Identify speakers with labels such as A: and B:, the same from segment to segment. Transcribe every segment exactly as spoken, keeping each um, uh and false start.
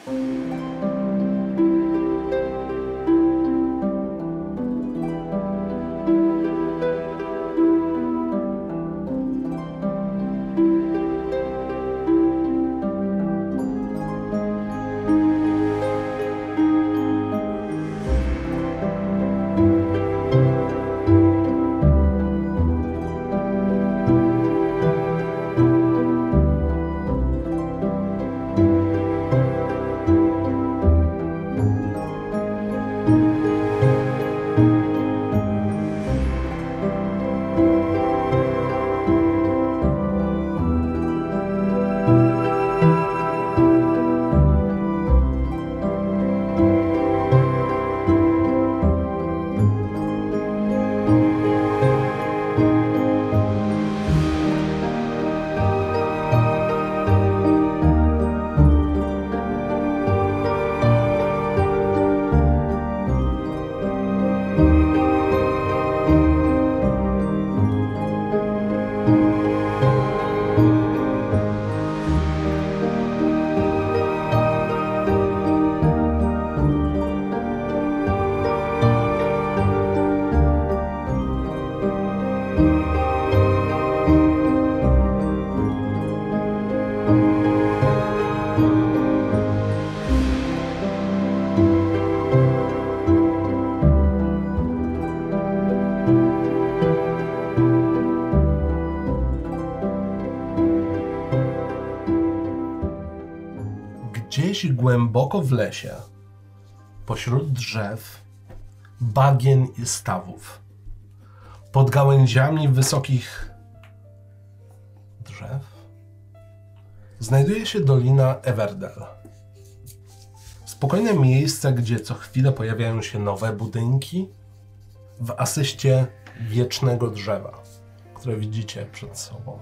A: Gdzieś głęboko w lesie, pośród drzew, bagien i stawów, pod gałęziami wysokich drzew, znajduje się Dolina Everdell. Spokojne miejsce, gdzie co chwilę pojawiają się nowe budynki w asyście wiecznego drzewa, które widzicie przed sobą.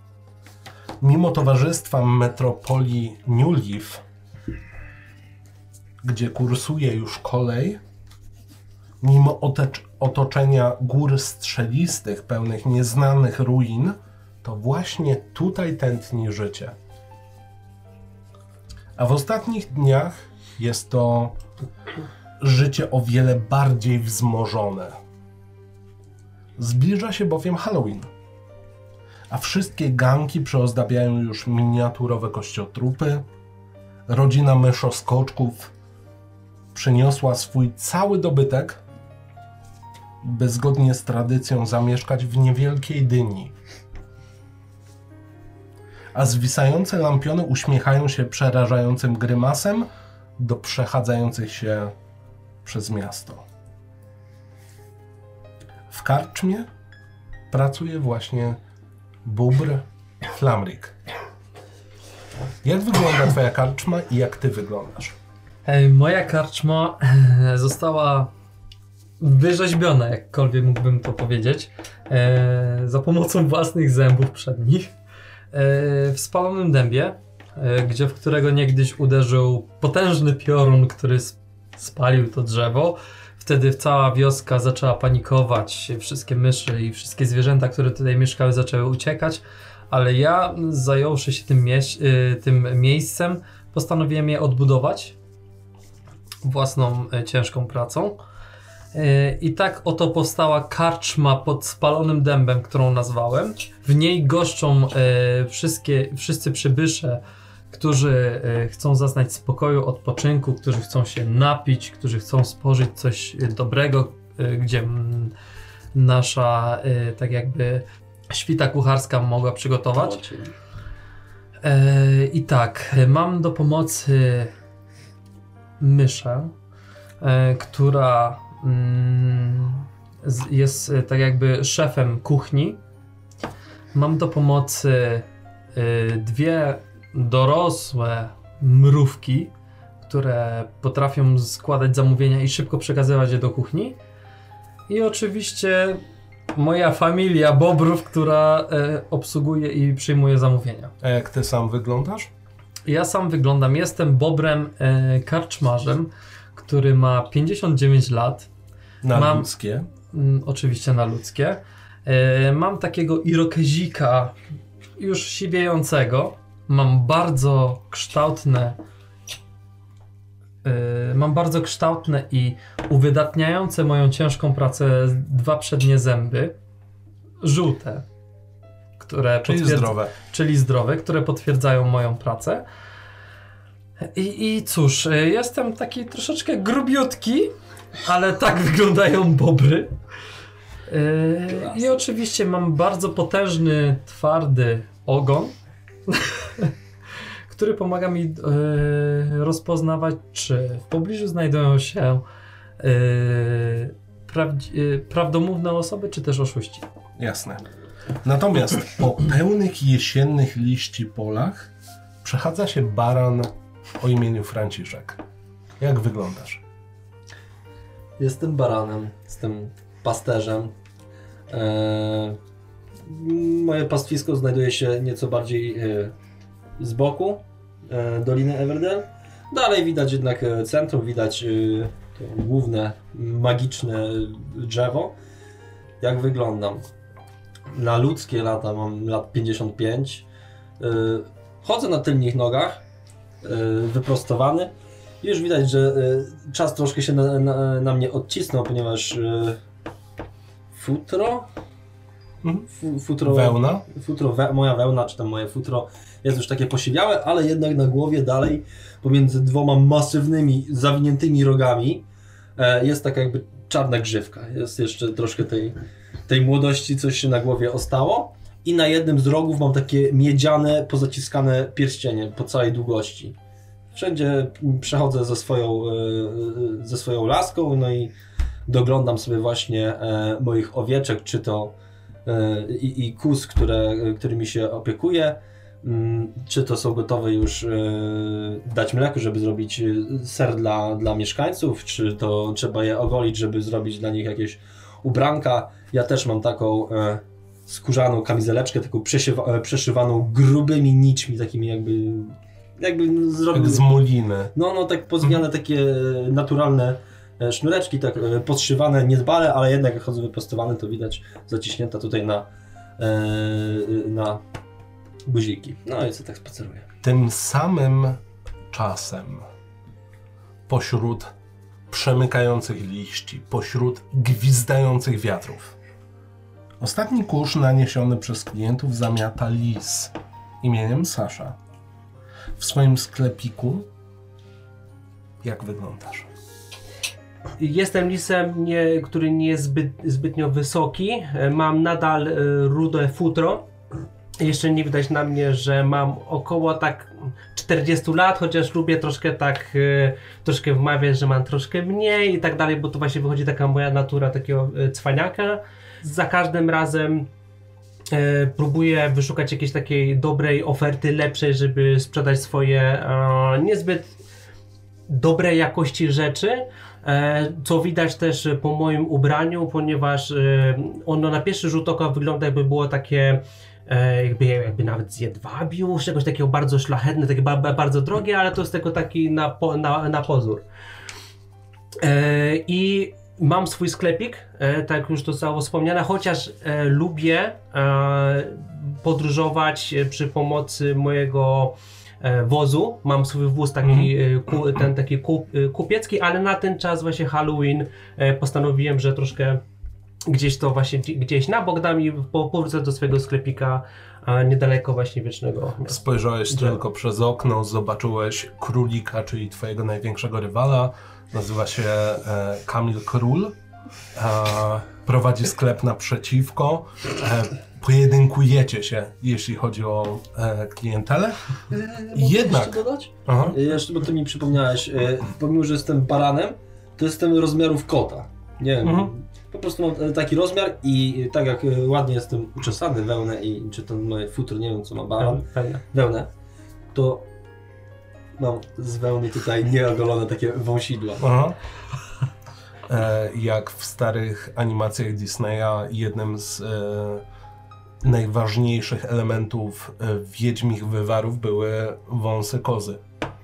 A: Mimo towarzystwa metropolii New Leaf, gdzie kursuje już kolej, mimo otoczenia gór strzelistych, pełnych nieznanych ruin, to właśnie tutaj tętni życie. A w ostatnich dniach jest to życie o wiele bardziej wzmożone. Zbliża się bowiem Halloween, a wszystkie ganki przeozdabiają już miniaturowe kościotrupy. Rodzina myszoskoczków przyniosła swój cały dobytek, by zgodnie z tradycją zamieszkać w niewielkiej dyni. A zwisające lampiony uśmiechają się przerażającym grymasem do przechadzających się przez miasto. W karczmie pracuje właśnie Bóbr Flamric. Jak wygląda twoja karczma i jak ty wyglądasz?
B: Moja karczma została wyrzeźbiona, jakkolwiek mógłbym to powiedzieć, za pomocą własnych zębów przednich w spalonym dębie, gdzie w którego niegdyś uderzył potężny piorun, który spalił to drzewo. Wtedy cała wioska zaczęła panikować, wszystkie myszy i wszystkie zwierzęta, które tutaj mieszkały, zaczęły uciekać, ale ja, zająwszy się tym, mie- tym miejscem, postanowiłem je odbudować własną ciężką pracą. I tak oto powstała karczma pod spalonym dębem, którą nazwałem. W niej goszczą wszystkie, wszyscy przybysze, którzy chcą zaznać spokoju, odpoczynku, którzy chcą się napić, którzy chcą spożyć coś dobrego, gdzie nasza tak jakby świta kucharska mogła przygotować. I tak, mam do pomocy myszę, która jest tak jakby szefem kuchni. Mam do pomocy dwie dorosłe mrówki, które potrafią składać zamówienia i szybko przekazywać je do kuchni. I oczywiście moja familia bobrów, która e, obsługuje i przyjmuje zamówienia.
A: A jak ty sam wyglądasz?
B: Ja sam wyglądam, jestem bobrem e, karczmarzem, który ma pięćdziesiąt dziewięć lat.
A: Na
B: mam,
A: ludzkie?
B: M, oczywiście na ludzkie. E, mam takiego irokezika już siwiejącego. Mam bardzo kształtne Yy, mam bardzo kształtne i uwydatniające moją ciężką pracę dwa przednie zęby, żółte, które
A: Czyli
B: potwierdza-
A: zdrowe.
B: czyli zdrowe, które potwierdzają moją pracę. I, I cóż, yy, jestem taki troszeczkę grubiutki, ale tak wyglądają bobry. Yy, I oczywiście mam bardzo potężny, twardy ogon, który pomaga mi yy, rozpoznawać, czy w pobliżu znajdują się yy, prawdzi- yy, prawdomówne osoby, czy też oszuści.
A: Jasne. Natomiast po pełnych jesiennych liści polach przechadza się baran o imieniu Franciszek. Jak wyglądasz?
C: Jestem baranem, jestem pasterzem. Eee, moje pastwisko znajduje się nieco bardziej e, z boku e, Doliny Everdell. Dalej widać jednak e, centrum, widać e, to główne, magiczne drzewo. Jak wyglądam? Na ludzkie lata mam lat pięćdziesiąt pięć. E, chodzę na tylnych nogach, e, wyprostowany. Już widać, że y, czas troszkę się na, na, na mnie odcisnął, ponieważ y, futro,
A: Mhm.
C: Fu, futro,
A: Wełna?
C: futro we, moja wełna, czy tam moje futro jest już takie posiwiałe, ale jednak na głowie dalej, pomiędzy dwoma masywnymi, zawiniętymi rogami, e, jest taka jakby czarna grzywka. Jest jeszcze troszkę tej, tej młodości, coś się na głowie ostało. I na jednym z rogów mam takie miedziane, pozaciskane pierścienie po całej długości. Wszędzie przechodzę ze swoją, ze swoją laską, no i doglądam sobie właśnie moich owieczek, czy to i, i kóz, które, którymi się opiekuję, czy to są gotowe już dać mleko, żeby zrobić ser dla, dla mieszkańców, czy to trzeba je ogolić, żeby zrobić dla nich jakieś ubranka. Ja też mam taką skórzaną kamizeleczkę, taką przesiewa, przeszywaną grubymi nićmi, takimi jakby jakby zrobił...
A: Jak z muliny.
C: No, no tak pozwijane takie naturalne sznureczki, tak podszywane niedbale, ale jednak jak chodzą wyprostowane, to widać zaciśnięta tutaj na, na guziki. No i co tak spaceruję.
A: Tym samym czasem pośród przemykających liści, pośród gwizdających wiatrów, ostatni kurz naniesiony przez klientów zamiata lis imieniem Sasza. W swoim sklepiku jak wyglądasz?
D: Jestem lisem, nie, który nie jest zbyt, zbytnio wysoki. Mam nadal e, rude futro. Jeszcze nie widać na mnie, że mam około tak czterdzieści lat, chociaż lubię troszkę tak e, troszkę wmawiać, że mam troszkę mniej i tak dalej, bo to właśnie wychodzi taka moja natura takiego e, cwaniaka. Za każdym razem e, próbuję wyszukać jakiejś takiej dobrej oferty, lepszej, żeby sprzedać swoje e, niezbyt dobrej jakości rzeczy. Co widać też po moim ubraniu, ponieważ ono na pierwszy rzut oka wygląda, jakby było takie jakby, jakby nawet z jedwabiu, czegoś takiego bardzo szlachetne, takie bardzo drogie, ale to jest tylko taki na, po, na, na pozór. I mam swój sklepik, tak jak już to zostało wspomniane, chociaż lubię podróżować przy pomocy mojego wozu. Mam swój wóz taki, mm. ku, ten taki kup, kupiecki, ale na ten czas właśnie Halloween postanowiłem, że troszkę gdzieś to właśnie gdzieś na bok dam i powrócę do swojego sklepika niedaleko właśnie Wiecznego.
A: Spojrzałeś
D: Drzewa.
A: tylko przez okno, zobaczyłeś królika, czyli twojego największego rywala. Nazywa się e, Kamil Król. E, prowadzi sklep naprzeciwko. E, pojedynkujecie się, jeśli chodzi o e, klientelę. Jednak...
C: Jeszcze dodać?
A: Aha.
C: Jeszcze, bo ty mi przypomniałeś, e, pomimo, że jestem baranem, to jestem rozmiarów kota. Nie wiem,
A: Mhm.
C: po prostu mam taki rozmiar i tak jak e, ładnie jestem uczesany wełnę i czy to moje futro, nie wiem co ma baran,
D: Pewnie.
C: wełnę, to mam z wełny tutaj nieogolone takie wąsidła.
A: Aha. E, jak w starych animacjach Disneya jednym z e, najważniejszych elementów e, wiedźmich wywarów były wąsy kozy.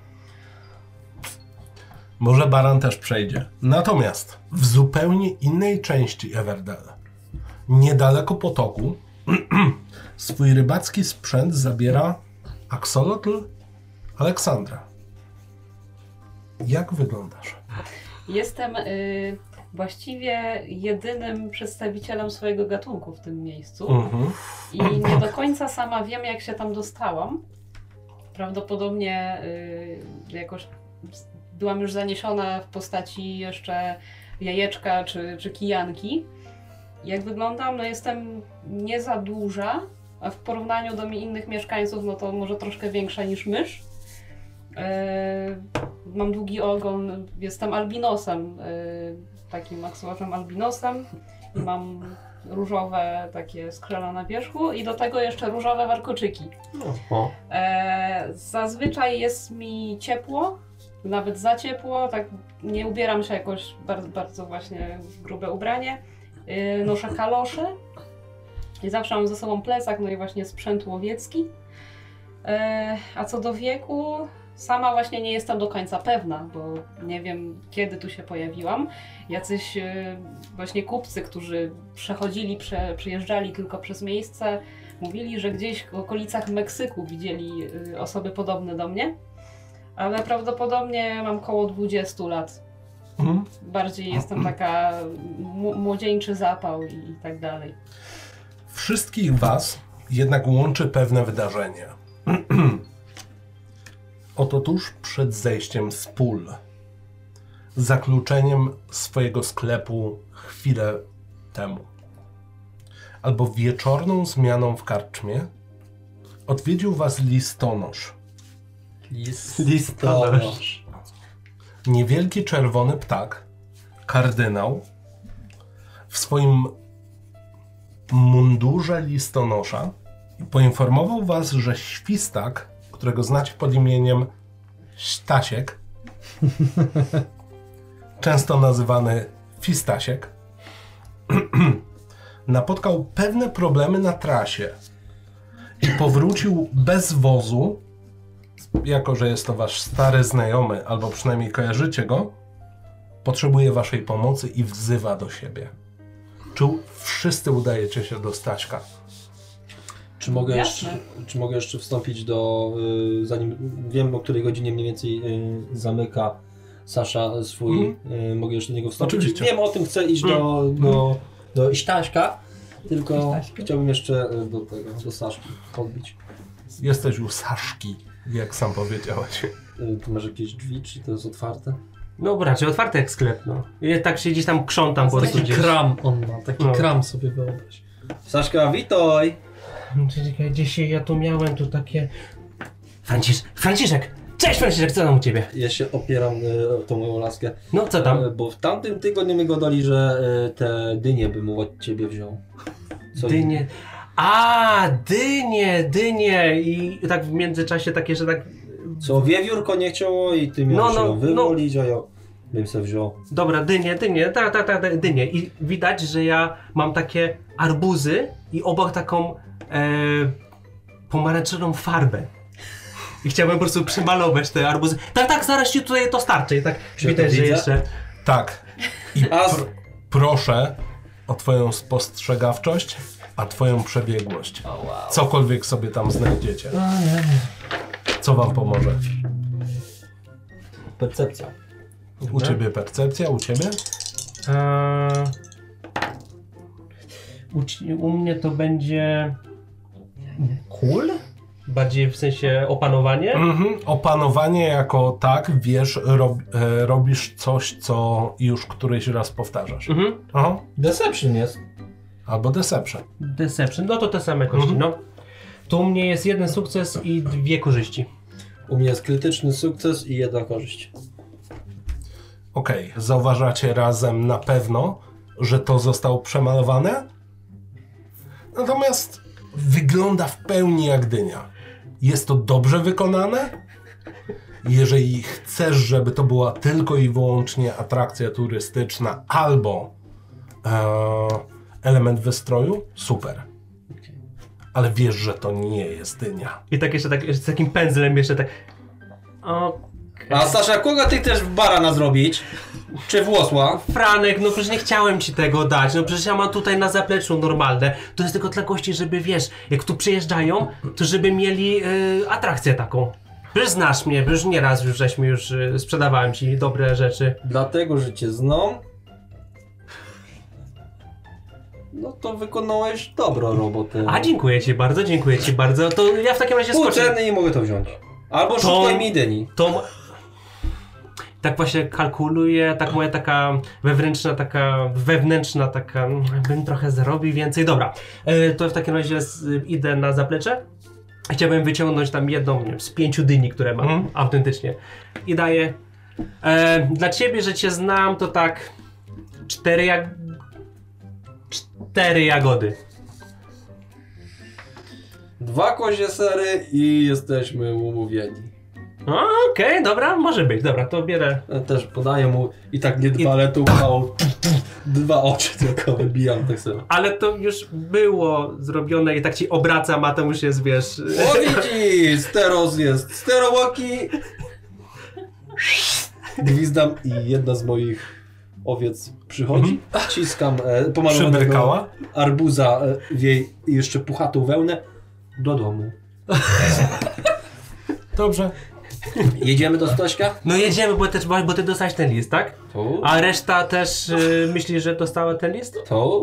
A: Może baran też przejdzie. Natomiast w zupełnie innej części Everdell, niedaleko potoku, swój rybacki sprzęt zabiera aksolotl Aleksandra. Jak wyglądasz?
E: Jestem y, właściwie jedynym przedstawicielem swojego gatunku w tym miejscu
A: Mhm.
E: i nie do końca sama wiem, jak się tam dostałam. Prawdopodobnie y, jakoś byłam już zaniesiona w postaci jeszcze jajeczka czy, czy kijanki. Jak wyglądam? No jestem nie za duża, a w porównaniu do innych mieszkańców, no to może troszkę większa niż mysz. Yy, mam długi ogon, jestem albinosem, yy, takim maksymalnym albinosem. I mam różowe takie skrzela na wierzchu i do tego jeszcze różowe warkoczyki.
D: O.
E: Yy, zazwyczaj jest mi ciepło, nawet za ciepło, tak nie ubieram się jakoś bardzo, bardzo właśnie w grube ubranie. Yy, noszę kalosze i zawsze mam ze sobą plecak, no i właśnie sprzęt łowiecki. Yy, a co do wieku, sama właśnie nie jestem do końca pewna, bo nie wiem, kiedy tu się pojawiłam. Jacyś yy, właśnie kupcy, którzy przechodzili, prze, przyjeżdżali tylko przez miejsce, mówili, że gdzieś w okolicach Meksyku widzieli yy, osoby podobne do mnie, ale prawdopodobnie mam koło dwudziestu lat.
A: Mhm.
E: Bardziej jestem taka m- młodzieńczy zapał i, i tak dalej.
A: Wszystkich was jednak łączy pewne wydarzenie. Oto tuż przed zejściem z pól, zakluczeniem swojego sklepu chwilę temu, albo wieczorną zmianą w karczmie, odwiedził was listonosz.
C: List...
D: Listonosz.
A: Niewielki czerwony ptak, kardynał, w swoim mundurze listonosza poinformował was, że świstak, którego znacie pod imieniem Stasiek, często nazywany Fistasiek, napotkał pewne problemy na trasie i powrócił bez wozu. Jako że jest to wasz stary znajomy, albo przynajmniej kojarzycie go, potrzebuje waszej pomocy i wzywa do siebie. Czy wszyscy udajecie się do Staśka?
C: Czy mogę,
E: Jasne.
C: jeszcze, czy mogę jeszcze wstąpić do, y, zanim wiem, o której godzinie mniej więcej y, zamyka Sasza swój, y, mogę jeszcze do niego wstąpić?
A: Oczywiście.
C: Wiem o tym, chcę iść do, do, do Staśka, tylko
B: Staśka.
C: chciałbym jeszcze y, do tego, do Saszki podbić.
A: Jesteś u Saszki, jak sam powiedziałeś.
C: Y, tu masz jakieś drzwi, czy to jest otwarte?
D: No raczej otwarte jak sklep, no. I tak się gdzieś tam krzątam po prostu
B: Taki
D: gdzieś.
B: kram on ma, taki
D: No.
B: kram sobie wyobraź.
C: Saszka, witaj!
D: Czekaj, gdzieś ja tu miałem tu takie... Francisz... Franciszek! Cześć Franciszek, co tam u ciebie?
C: Ja się opieram y, o tą moją laskę,
D: No co tam?
C: y, bo w tamtym tygodniu mi gadali, że y, te dynie bym od ciebie wziął. Co
D: Dynie... A, dynie, dynie! I tak w międzyczasie takie, że tak...
C: Co wiewiórko nie chciało i ty miałeś
D: No, no,
C: ją wywolić, a ja bym se wziął.
D: Dobra, dynie, dynie, tak, tak, tak, dynie. I widać, że ja mam takie arbuzy i obok taką e, pomarańczową farbę. I chciałbym po prostu przemalować te arbuzy. Tak, tak, zaraz ci tutaj to starczy. I tak
C: Czy
D: widać,
C: to
D: że
C: widzę?
D: jeszcze...
A: Tak. I
C: A
A: pr- proszę o twoją spostrzegawczość, a twoją przebiegłość. Cokolwiek sobie tam znajdziecie. Co wam pomoże?
C: Percepcja.
A: U ciebie percepcja, u ciebie?
D: Eee, u, ci- u mnie to będzie... Cool? Bardziej w sensie opanowanie?
A: Mhm. Opanowanie jako tak, wiesz, rob, e, robisz coś, co już któryś raz powtarzasz.
D: Mhm.
A: Aha.
C: Deception jest.
A: Albo deception.
D: Deception, no to te same kości,
A: Mhm.
D: no. Tu u mnie jest jeden sukces i dwie korzyści.
C: U mnie jest krytyczny sukces i jedna korzyść.
A: Okej, zauważacie razem na pewno, że to zostało przemalowane, natomiast wygląda w pełni jak dynia. Jest to dobrze wykonane. Jeżeli chcesz, żeby to była tylko i wyłącznie atrakcja turystyczna albo e, element wystroju, super. Ale wiesz, że to nie jest dynia.
D: I tak jeszcze tak, jeszcze z takim pędzlem jeszcze tak... O,
C: A Sasza, kogo ty chcesz w barana zrobić? Czy włosła?
D: Franek, no przecież nie chciałem ci tego dać, no przecież ja mam tutaj na zapleczu normalne. To jest tylko dla gości, żeby wiesz, jak tu przyjeżdżają, to żeby mieli y, atrakcję taką. Przecież znasz mnie, już nieraz już żeśmy już y, sprzedawałem ci dobre rzeczy.
C: Dlatego, że cię znam, no to wykonałeś dobrą robotę.
D: A dziękuję ci bardzo, dziękuję ci bardzo. To ja w takim razie
C: Pół
D: skoczę.
C: ceny i mogę to wziąć. Albo
D: To-
C: szukaj mi dyni.
D: To... Tak właśnie kalkuluję, tak moja taka wewnętrzna, taka wewnętrzna, taka bym trochę zarobił więcej. Dobra, e, to w takim razie z, idę na zaplecze. Chciałbym wyciągnąć tam jedną nie wiem, z pięciu dyni, które mam
A: Mhm.
D: autentycznie. I daję. E, dla ciebie, że cię znam, to tak cztery jak... Cztery jagody.
C: Dwa kozie sery i jesteśmy umówieni.
D: O, Okej, dobra, może być. Dobra, to bierę.
C: Ja też podaję mu i tak nie dwa, ale tu uchwało. Dwa oczy tylko wybijam tak sobie.
D: Ale to już było zrobione i tak ci obracam, a to już jest, wiesz...
C: O widzisz, steros jest, sterołaki. Gwizdam i jedna z moich owiec przychodzi. Ciskam e, pomalowanego
A: Przybyrkała?
C: arbuza e, w jej jeszcze puchatą wełnę do domu.
A: Dobrze.
C: Jedziemy do Stośka?
D: No jedziemy, bo, też, bo ty dostałeś ten list, tak?
C: To?
D: A reszta też y, myśli, że dostała ten list?
C: To?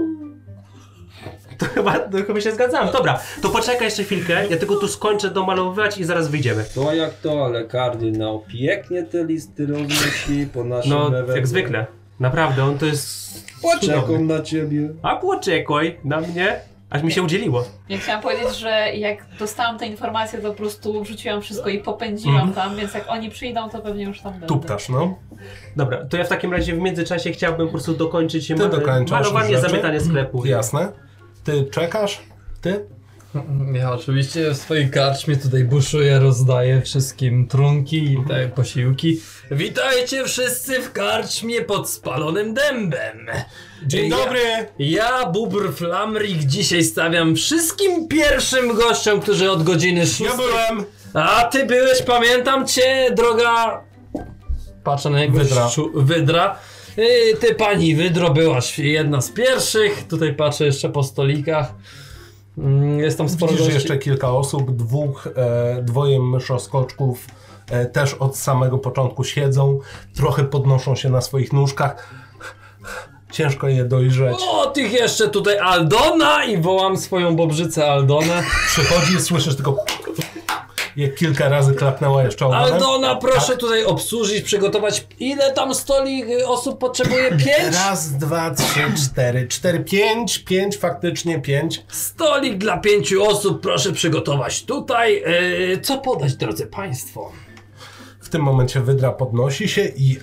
D: To chyba, to chyba się zgadzam. Dobra, to poczekaj jeszcze chwilkę, ja tylko tu skończę domalowywać i zaraz wyjdziemy.
C: To jak to, ale kardynał pięknie te listy roznosi po naszym
D: No,
C: evencie.
D: jak zwykle. Naprawdę, on to jest... cudowny.
C: Czekam na ciebie.
D: A poczekaj na mnie, aż mi się udzieliło.
E: Ja chciałam powiedzieć, że jak dostałam tę informację, to po prostu wrzuciłam wszystko i popędziłam tam, więc jak oni przyjdą, to pewnie już tam będę.
A: Tuptasz, no.
D: Dobra, to ja w takim razie w międzyczasie chciałbym po prostu dokończyć
A: Ty
D: ma-
A: dokończasz
D: malowanie,
A: rzeczy?
D: zamykanie sklepu.
A: Jasne. Ty czekasz? Ty?
B: Ja oczywiście w swojej karczmie tutaj buszuję, rozdaję wszystkim trunki i te posiłki. Witajcie wszyscy w karczmie pod spalonym dębem.
A: Dzień
B: Ja-
A: dobry!
B: Ja, Bubr Flamrik, dzisiaj stawiam wszystkim pierwszym gościom, którzy od godziny szóstej...
A: Ja byłem!
B: A ty byłeś, pamiętam cię, droga... Patrzę na niego.
A: Wydra.
B: Szczu... Wydra. Yy, ty pani Wydro byłaś jedna z pierwszych. Tutaj patrzę jeszcze po stolikach. Mm, Jest tam sporo
A: Widzisz
B: gości.
A: jeszcze kilka osób, dwóch, e, dwoje myszoskoczków e, też od samego początku siedzą, trochę podnoszą się na swoich nóżkach. Ciężko je dojrzeć.
B: O, tych jeszcze tutaj Aldona i wołam swoją bobrzycę Aldonę.
A: Przychodzi, słyszysz tylko jak kilka razy klapnęła jeszcze ogonem.
B: Aldona, proszę
A: Tak.
B: tutaj obsłużyć, przygotować. Ile tam stoli y, osób potrzebuje? Pięć?
A: Raz, dwa, trzy, cztery, cztery, pięć, pięć, faktycznie pięć.
B: Stolik dla pięciu osób, proszę przygotować tutaj. Yy, co podać, drodzy państwo?
A: W tym momencie Wydra podnosi się i...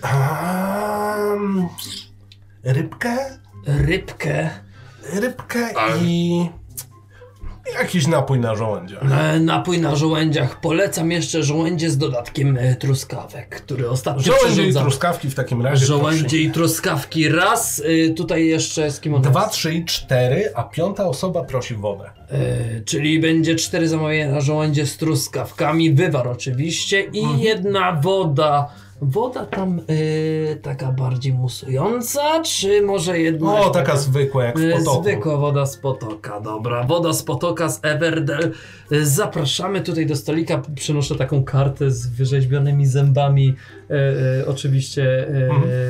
A: Um, rybkę?
B: Rybkę.
A: Rybkę i... jakiś napój na żołędzia.
B: E, napój na żołędziach. Polecam jeszcze żołędzie z dodatkiem e, truskawek, który ostatnio
A: Żołędzie i
B: przyrządzam.
A: truskawki w takim razie.
B: Żołędzie i truskawki raz. Y, tutaj jeszcze z kim on
A: Dwa,
B: jest?
A: trzy i cztery, a piąta osoba prosi wodę.
B: Y, czyli będzie cztery zamówienia na żołędzie z truskawkami, wywar oczywiście i jedna woda. Woda tam y, taka bardziej musująca, czy może jedna...
A: O, taka zwykła jak w
B: Y,
A: potoku.
B: Zwykła woda z potoka, dobra. Woda z potoka z Everdell. Y, Zapraszamy tutaj do stolika. Przynoszę taką kartę z wyrzeźbionymi zębami. Y, y, oczywiście y,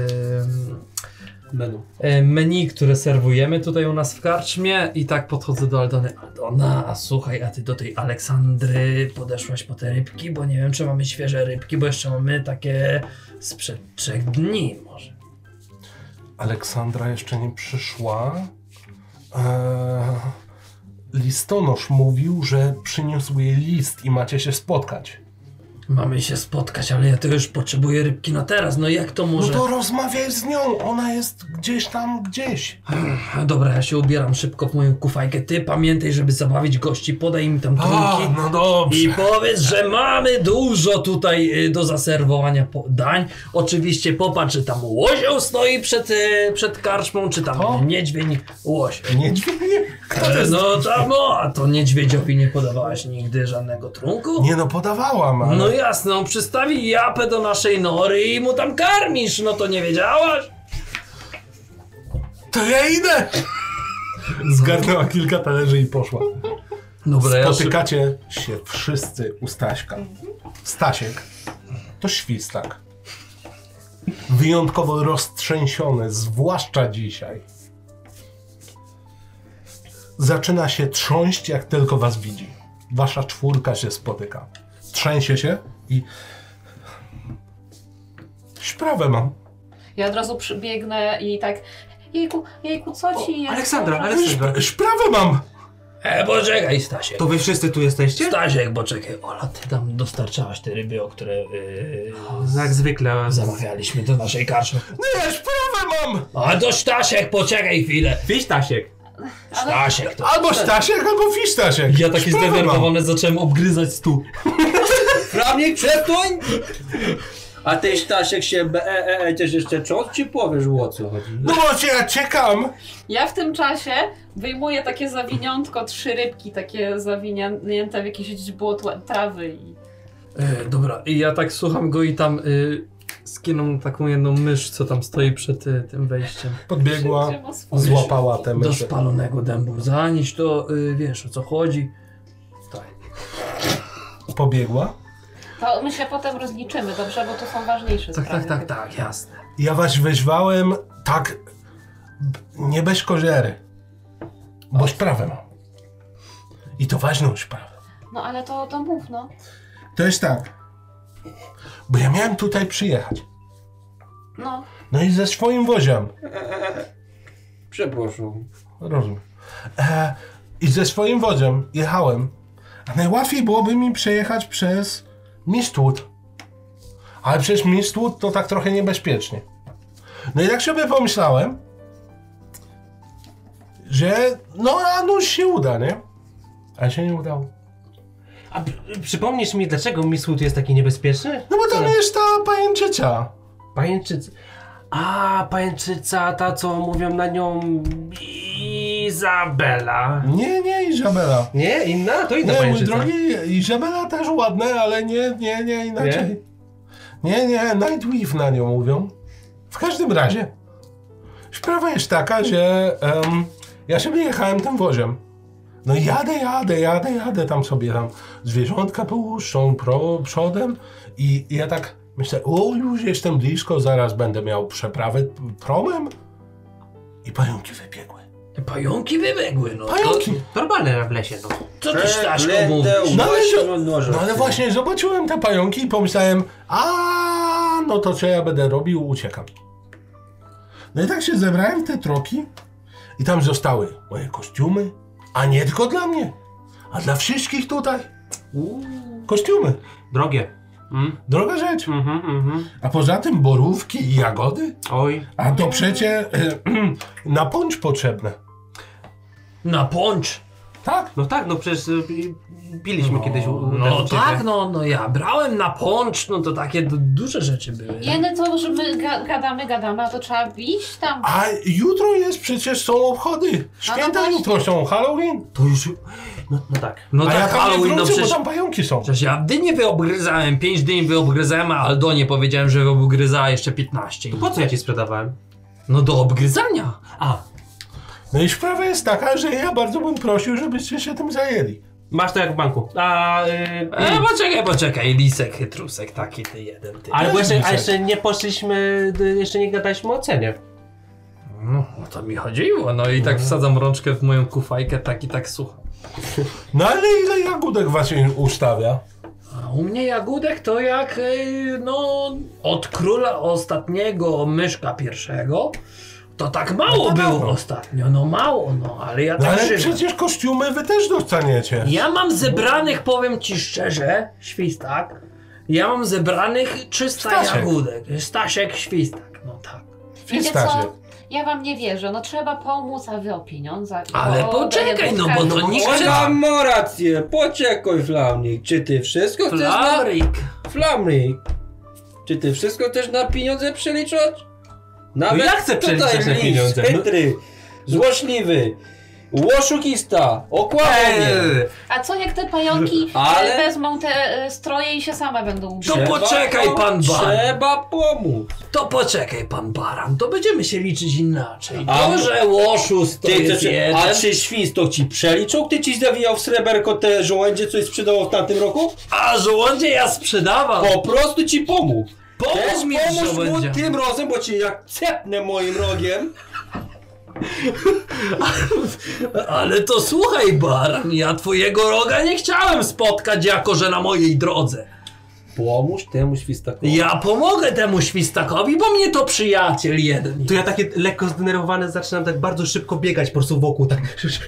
C: Menu.
B: y, menu, które serwujemy tutaj u nas w karczmie. I tak podchodzę do Aldony. Aldona, a słuchaj, a ty do tej Aleksandry podeszłaś po te rybki, bo nie wiem, czy mamy świeże rybki, bo jeszcze mamy takie sprzed trzech dni może.
A: Aleksandra jeszcze nie przyszła. Eee, listonosz mówił, że przyniósł jej list i macie się spotkać.
B: Mamy się spotkać, ale ja to już potrzebuję rybki na teraz, no jak to
A: No
B: może...
A: to rozmawiaj z nią, ona jest gdzieś tam, gdzieś.
B: Dobra, ja się ubieram szybko w moją kufajkę, ty pamiętaj, żeby zabawić gości, podaj im tam
A: A,
B: trunki
A: no dobrze.
B: i powiedz, że mamy dużo tutaj y, do zaserwowania po- dań. Oczywiście popatrz, czy tam łozioł stoi przed, y, przed karczmą, czy tam
A: To?
B: niedźwień, łoś.
A: Niedźwiedzie? Kto to
B: E,
A: jest?
B: No tam, no, a to niedźwiedziowi nie podawałaś nigdy żadnego trunku?
A: Nie no, podawałam, ale...
B: No jasne, on przystawi japę do naszej nory i mu tam karmisz, no to nie wiedziałaś?
A: To ja idę! Zgarnęła kilka talerzy i poszła.
B: Dobra, ja
A: Spotykacie się wszyscy u Staśka. Stasiek to świstak. Wyjątkowo roztrzęsiony, zwłaszcza dzisiaj. Zaczyna się trząść, jak tylko was widzi. Wasza czwórka się spotyka. Trzęsie się i... Sprawę mam.
E: Ja od razu przybiegnę i tak... Jejku, jejku, co ci jest?
D: Aleksandra,
E: Boże?
D: Aleksandra.
A: Sp- sprawę mam!
B: E, poczekaj, Stasiek.
D: To wy wszyscy tu jesteście?
B: Stasiek, poczekaj. Ola, ty tam dostarczałaś te ryby, o które yy,
D: Jak zwykle.
B: zamawialiśmy do naszej karczmy.
A: Nie, sprawę mam!
B: A to Stasiek, poczekaj chwilę.
D: Wiś, Stasiek.
B: Stasiek to...
A: Albo Stasiek, albo Fisztasiek.
B: Ja taki
A: Sprawę mam.
B: zdenerwowany zacząłem obgryzać stół.
C: Flamnik, przestań! A ty, Stasiek, się be, e, e, e, też jeszcze cząst ci powiesz, o co chodzi?
A: No bo ja czekam.
E: Ja w tym czasie wyjmuję takie zawiniątko, trzy rybki takie zawinięte w jakieś źdźbło tła- trawy i...
B: E, dobra, i ja tak słucham go i tam y, skinął taką jedną mysz, co tam stoi przed y, tym wejściem.
A: Podbiegła,
E: Wszędzie ma swoje.
A: złapała tę
B: Do
A: myszę.
B: spalonego dębu. Zanieś to, y, wiesz o co chodzi. Tak.
A: Pobiegła.
E: To my się potem rozliczymy, dobrze? Bo to są ważniejsze
B: Tak,
E: sprawy.
B: tak, tak, tak, jasne.
A: Ja was weźwałem tak... Nie bez kozery. Bo sprawę mam. I to ważną sprawę.
E: No ale to, to mów, no.
A: To jest tak. Bo ja miałem tutaj przyjechać.
E: No.
A: No i ze swoim wozem.
C: Przepraszam.
A: Rozumiem. E, I ze swoim wozem jechałem. A najłatwiej byłoby mi przejechać przez Mistwood. Ale przez Mistwood to tak trochę niebezpiecznie. No i tak sobie pomyślałem, że no a nuż się uda, nie? Ale się nie udało.
D: A p- przypomnisz mi, dlaczego Mistwood jest taki niebezpieczny?
A: No bo tam jest ta pajęczyca.
D: Pajęczyca. A, pajęczyca, ta co mówią na nią Izabela.
A: Nie, nie Izabela.
D: Nie? Inna? To inna
A: Nie, mój
D: pajęczyca.
A: drogi, Izabela też ładne, ale nie, nie, nie inaczej. Nie, nie, Nightweave na nią mówią. W każdym razie, sprawa jest taka, że um, ja sobie jechałem tym wozem. No i jadę, jadę, jadę, jadę tam sobie tam zwierzątka puszczą pro, przodem i, i ja tak myślę, o już jestem blisko, zaraz będę miał przeprawę promem i pająki wybiegły.
B: Pająki wybiegły, no.
A: Pająki!
D: Normalne w lesie, no.
B: Co ty, Staszku, mówisz?
A: No ale,
C: noże.
A: no ale właśnie zobaczyłem te pająki i pomyślałem, a no to co ja będę robił, uciekam. No i tak się zebrałem w te troki i tam zostały moje kostiumy, a nie tylko dla mnie, a dla wszystkich tutaj. Kostiumy,
D: Drogie. Mm?
A: droga rzecz.
D: Mhm, mhm.
A: A poza tym borówki i jagody,
D: Oj.
A: a to przecie na poncz potrzebne.
B: Na poncz.
A: Tak?
D: No tak, no przecież y, piliśmy kiedyś u, u,
B: No
D: u ciebie.
B: tak, no, no ja brałem na poncz, no to takie du- duże rzeczy były.
E: Jeny to, że my ga- gadamy, gadamy, a to trzeba iść tam.
A: A jutro jest przecież są obchody. Święta
E: właśnie.
A: jutro są, Halloween.
D: To już... No, no tak.
B: No
A: A
B: tak,
A: ja tam nie
B: Halloween, no
A: wrócę,
B: przecież...
A: bo tam pająki są.
B: Przecież ja dynię wyobgryzałem, pięć dyń wyobgryzałem, a Aldonie powiedziałem, że wyobgryzała jeszcze piętnaście.
D: Po co ja ci sprzedawałem?
B: No do obgryzania.
D: A,
A: No i sprawa jest taka, że ja bardzo bym prosił, żebyście się tym zajęli.
D: masz to jak w banku. A, y,
B: E, poczekaj, poczekaj, lisek, chytrusek, taki ty jeden, ty.
D: ale bo jeszcze, a
A: Lisek.
D: jeszcze nie poszliśmy, y, jeszcze nie gadaliśmy o cenie.
B: No, o to mi chodziło, no i tak wsadzam rączkę w moją kufajkę, tak i tak słucham.
A: No ale ile jagódek was się ustawia?
B: A u mnie jagódek to jak, y, no, od króla ostatniego, Myszka pierwszego, to tak mało
A: No to
B: było
A: mało.
B: ostatnio, no mało, no, ale ja
A: No
B: tak
A: ale
B: żywam.
A: przecież kostiumy wy też dostaniecie.
B: Ja mam zebranych, powiem ci szczerze, Świstak, ja mam zebranych trzysta
A: Stasiek.
B: jagódek. Stasiek, Świstak, no tak.
E: Wiecie
A: Fistasie.
E: co? Ja wam nie wierzę, no trzeba pomóc, a wy o pieniądzach.
B: Ale
E: o,
B: poczekaj, no bo to
E: jabłkach.
B: nikt-
C: Ona ma rację, poczekaj, Flamnik. Czy ty wszystko chcesz na...
B: Flarik.
C: Flamnik. Czy ty wszystko chcesz na pieniądze przeliczać? Nawet
D: No ja chcę przeliczać
C: tutaj
D: na
C: lis,
D: pieniądze. No-
C: chytry, złośliwy. Oszukista! Okłamał mnie!
E: A co jak te pająki
C: Ale-
E: e, wezmą te e, stroje i się same będą
B: To
E: ubierać?
C: Trzeba
B: poczekaj,
C: pom-
B: pan Baran.
C: Trzeba pomóc!
B: To poczekaj, pan Baran, to będziemy się liczyć inaczej.
C: A-
B: To, że oszust to
C: Ty,
B: jest
C: ty,
B: jeden...
C: a czy świsto ci przeliczył? Ty ci zawijał w sreberko te żołędzie, co sprzedawał w tamtym roku?
B: A żołądzie ja sprzedawam.
C: Po prostu ci pomógł!
B: Pomóż mi
C: Pomóż mu
B: żołędzia.
C: tym razem, bo cię jak cepnę moim rogiem.
B: Ale to słuchaj, Baran, ja twojego roga nie chciałem spotkać jako, że na mojej drodze.
C: Pomóż temu świstakowi.
B: Ja pomogę temu świstakowi, bo mnie to przyjaciel jeden.
D: To ja takie lekko zdenerwowany zaczynam tak bardzo szybko biegać po prostu wokół, tak.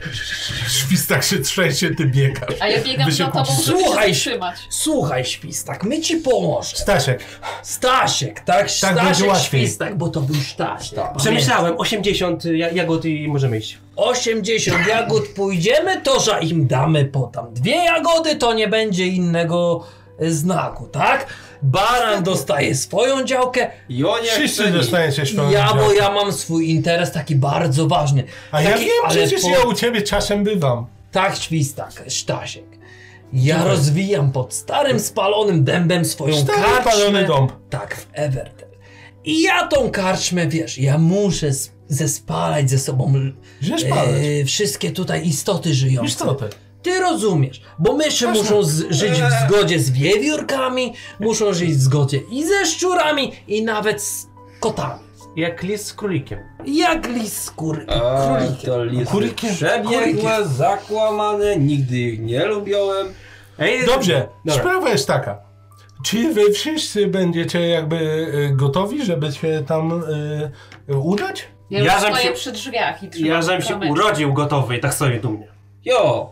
A: Świstak się trzęsie, ty biegasz.
E: A ja biegam
A: Wy się
E: za tobą,
A: kłócicie.
E: żeby
B: Słuchaj,
E: się zatrzymać.
B: Słuchaj, świstak, my ci pomożemy.
A: Stasiek,
B: Stasiek, tak?
A: będzie
B: Stasiek
A: łatwiej.
B: Świstak, bo to był Stasiek. Pamiętaj.
D: Przemyślałem, osiemdziesiąt ja- jagód i możemy iść.
B: osiemdziesiąt jagód pójdziemy, to że im damy po tam dwie jagody, to nie będzie innego e, znaku, tak? Baran dostaje swoją działkę,
C: I on jak
A: wszyscy
C: chce-
A: dostaniecie swoją
B: ja, bo
A: działkę.
B: ja mam swój interes taki bardzo ważny.
A: A ja
B: Taki,
A: wiem,
B: ale
A: przecież
B: po-
A: ja u ciebie czasem bywam.
B: Tak, Świstak, Stasiek. Ja
A: Słuchaj.
B: rozwijam pod starym, spalonym dębem swoją
A: Stary,
B: karczmę.
A: palony dąb.
B: Tak, w Evertel. I ja tą karczmę, wiesz, ja muszę s- zespalać ze sobą l-
A: Gdzież palec?
B: e, wszystkie tutaj istoty żyjące.
A: Istoty.
B: Ty rozumiesz, bo myszy
A: Jasne.
B: muszą z- żyć w zgodzie z wiewiórkami, muszą żyć w zgodzie i ze szczurami, i nawet z kotami.
D: Jak lis z królikiem.
B: Jak lis z kur-
C: A,
B: królikiem.
C: to listy
A: Kurikiem.
C: przebiegłe, zakłamane, nigdy ich nie lubiłem.
D: Ej,
A: Dobrze,
D: Dobra.
A: sprawa jest taka. Czy wy wszyscy będziecie jakby y, gotowi, żeby się tam y, udać?
E: Ja już
D: Ja żem
E: stoję
D: się-
E: przy drzwiach i trzymam
D: Ja żem się
E: kamyczek.
D: urodził gotowy i tak sobie dumnie.
C: Jo!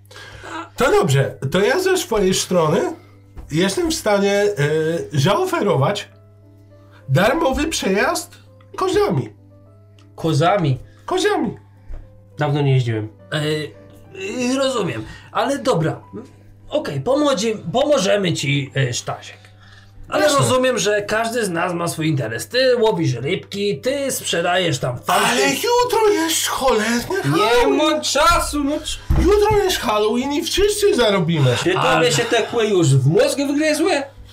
A: To dobrze, to ja ze swojej strony jestem w stanie y, zaoferować darmowy przejazd koziami.
B: Kozami.
A: Koziami.
D: Dawno nie jeździłem.
B: E, e, rozumiem, ale dobra. Okej, pomoże, pomożemy ci, e, Stasiek. Ale
A: Jasne.
B: rozumiem, że każdy z nas ma swój interes. Ty łowisz rybki, ty sprzedajesz tam fanty.
A: Ale jutro jest cholerny
C: Nie
A: Halloween.
C: ma czasu, no c-
A: Jutro jest Halloween i wszyscy zarobimy.
C: Czy tobie
B: Ale-
C: się te kły już w mózg wygryzły?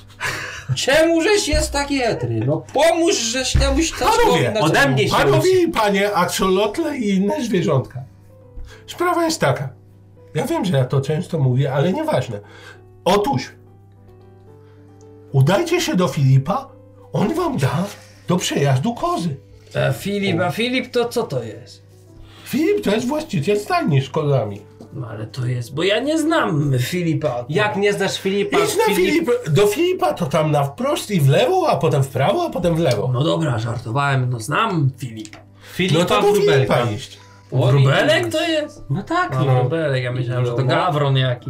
C: Czemu żeś jest taki etry? No pomóż, żeś temuś Staszkowi
A: Panowie,
C: na
D: ode mnie się
A: Panowie i panie, axolotle i inne zwierzątka. Sprawa jest taka. Ja wiem, że ja to często mówię, ale nieważne. Otóż, udajcie się do Filipa, on wam da do przejazdu kozy.
B: A Filip, a Filip to co to jest?
A: Filip to jest właściciel stajni z kozami.
B: No ale to jest, bo ja nie znam Filipa.
D: Jak nie znasz Filipa?
A: Idź na Filip, do Filipa to tam na wprost i w lewo, a potem w prawo, a potem w lewo.
B: No dobra, żartowałem, no znam Filipa.
D: Filipa
A: No to do
D: Wróbelka.
A: Filipa iść.
B: Wróbelek to jest?
D: No tak,
B: A,
D: no.
B: wróbelek, ja myślałem, że to
C: No.
B: gawron jaki.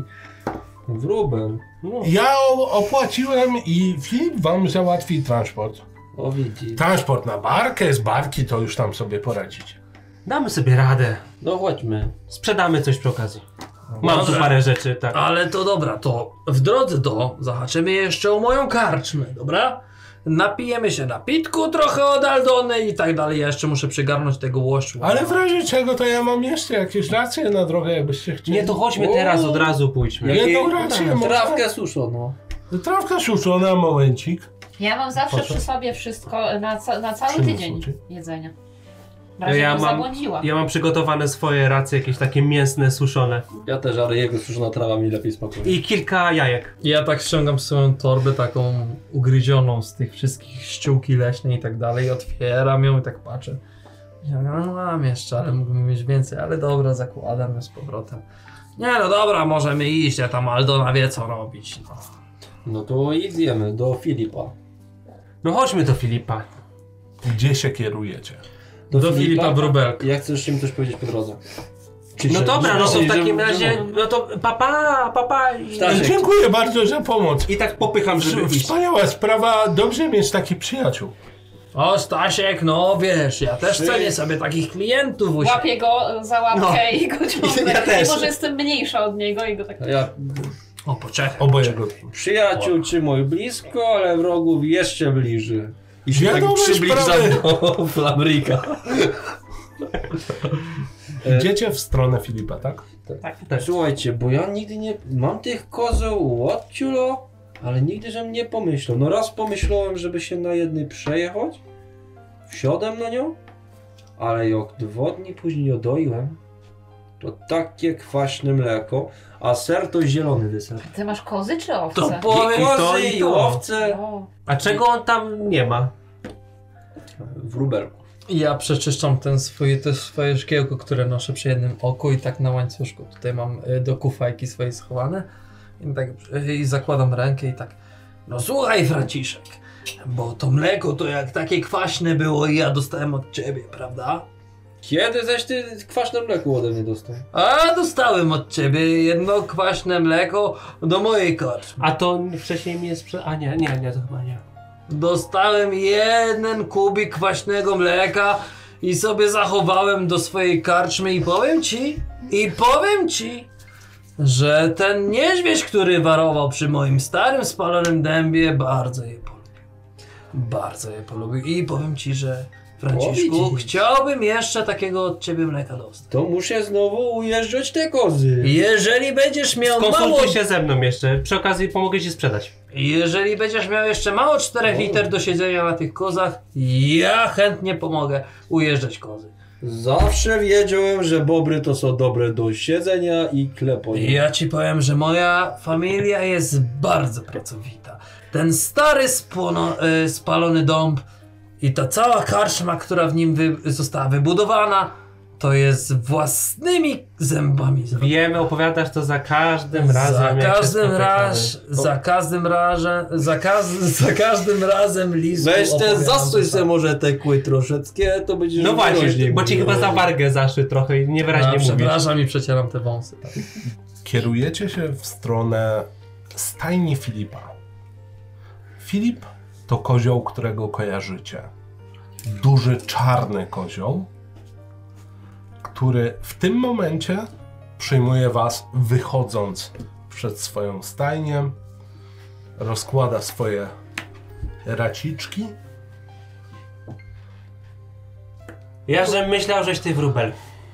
C: Wróbel.
D: no.
A: Ja o- opłaciłem i Filip wam załatwi transport.
C: O widzi.
A: Transport na barkę, z barki to już tam sobie poradzicie.
D: Damy sobie radę.
C: No chodźmy.
D: Sprzedamy coś przy okazji. Mam tu
B: Dobra.
D: parę rzeczy, tak.
B: Ale to dobra, to w drodze do zahaczymy jeszcze o moją karczmę, dobra? Napijemy się napitku trochę od Aldony i tak dalej. Ja jeszcze muszę przygarnąć tego łoszczu.
A: Ale w razie czego to ja mam jeszcze jakieś racje na drogę, jakbyście chcieli.
D: Nie, to chodźmy
C: O.
D: teraz, od razu pójdźmy.
A: Jak- Jedną rację
C: tak,
A: można.
C: Trawkę suszono.
A: Trawka suszona, momencik.
E: Ja mam zawsze
A: Proszę.
E: przy sobie wszystko na, ca na cały
A: Przymus
E: tydzień
A: uczy.
E: jedzenia. W razie
D: Ja
E: bym
D: mam-
E: zabłądziła.
D: Ja mam przygotowane swoje racje, jakieś takie mięsne, suszone.
C: Ja też, ale jego suszona trawa mi lepiej smakuje.
D: I kilka jajek.
B: Ja tak ściągam swoją torbę taką ugryzioną z tych wszystkich ściółki leśnej i tak dalej. Otwieram ją i tak patrzę. Ja no, mam jeszcze, ale mógłbym mieć więcej, ale dobra, zakładam ją z powrotem. Nie no dobra, możemy iść, ja tam Aldona wie co robić. No.
C: No to idziemy do Filipa.
D: No chodźmy do Filipa.
A: Gdzie się kierujecie?
B: Do Filipa Wróbelka.
C: Jak chcesz im coś powiedzieć po drodze? Czy
D: No
C: że-
D: dobra, no to w
C: że-
D: takim
C: że-
D: razie, no to papa, papa i...
C: Stasiek.
A: Dziękuję bardzo za pomoc.
D: I tak popycham, żeby iść.
A: Wspaniała sprawa, dobrze mieć takich przyjaciół.
B: O Stasiek, no wiesz, ja też
C: Trzy.
B: cenię sobie takich klientów. u siebie.
E: Łapię go za łapkę
D: No.
E: i go ciągnę.
D: Ja też.
E: Mimo, że jestem mniejsza od niego i go tak...
C: A ja
B: O poczekaj.
A: Oboje go.
C: przyjaciół trzymuj blisko, ale wrogów jeszcze bliżej. I się tak
A: Wiadome
C: przybliżam
A: sprawy.
C: do Flamrika.
A: Idziecie w stronę Filipa, tak?
D: Tak, tak.
C: Słuchajcie, bo ja nigdy nie... Mam tych kozeł od ciulo, ale nigdy, żem nie pomyślał. No raz pomyślałem, żeby się na jednej przejechać. Wsiadłem na nią, ale jak dwa dni później ją doiłem, to takie kwaśne mleko, a ser to zielony deser.
E: Ty masz kozy czy owce?
B: To powiem-
C: I
D: to,
C: kozy,
D: i
C: i
D: to.
C: owce.
E: O,
D: A czego on tam nie ma?
C: W rubelku.
B: Ja przeczyszczam ten swój, te swoje szkiełko, które noszę przy jednym oku i tak na łańcuszku. Tutaj mam y, do kufajki swoje schowane. I tak y, i zakładam rękę i tak. No słuchaj, Franciszek, bo to mleko to jak takie kwaśne było i ja dostałem od ciebie, prawda?
C: Kiedy zaś ty kwaśne mleko ode mnie dostał?
B: A dostałem od ciebie jedno kwaśne mleko do mojej karczmy.
D: A to wcześniej mi jest sprze... A nie, nie, nie, to chyba nie.
B: Dostałem jeden kubik kwaśnego mleka i sobie zachowałem do swojej karczmy i powiem ci, i powiem ci, że ten niedźwiedź, który warował przy moim starym spalonym dębie, bardzo je polubił. Bardzo je polubił i powiem ci, że Franciszku,
C: O, widzisz.
B: chciałbym jeszcze takiego od ciebie mleka dostać.
C: To muszę znowu ujeżdżać te kozy.
B: Jeżeli będziesz miał mało...
D: Skonsultuj się ze mną jeszcze, przy okazji pomogę ci sprzedać.
B: Jeżeli będziesz miał jeszcze mało czterech liter do siedzenia na tych kozach, ja chętnie pomogę ujeżdżać kozy.
C: Zawsze wiedziałem, że bobry to są dobre do siedzenia i klepania.
B: Ja ci powiem, że moja familia jest bardzo pracowita. Ten stary spłono, y, spalony dąb i ta cała karczma, która w nim wy, została wybudowana, to jest własnymi zębami zrobiona.
D: Wiemy, opowiadasz to za każdym razem.
B: Za
D: jak się
B: każdym
D: spotykamy.
B: raz, za każdym razem, za, kaz, za każdym razem listu
C: Weź te
B: opowiadam
C: zasuń
B: to
C: se
B: samo.
C: może te kły troszeczkę, to będziesz
D: No właśnie,
C: wyraźniej
D: bo ci
C: mówił.
D: chyba za wargę zaszły trochę i niewyraźnie
B: A,
D: mówisz.
B: przepraszam i przecieram te wąsy. Tak.
A: Kierujecie się w stronę stajni Filipa. Filip to kozioł, którego kojarzycie. Duży, czarny kozioł, który w tym momencie przyjmuje was wychodząc przed swoją stajnię, rozkłada swoje raciczki.
D: Ja żem myślał, żeś ty wróbel.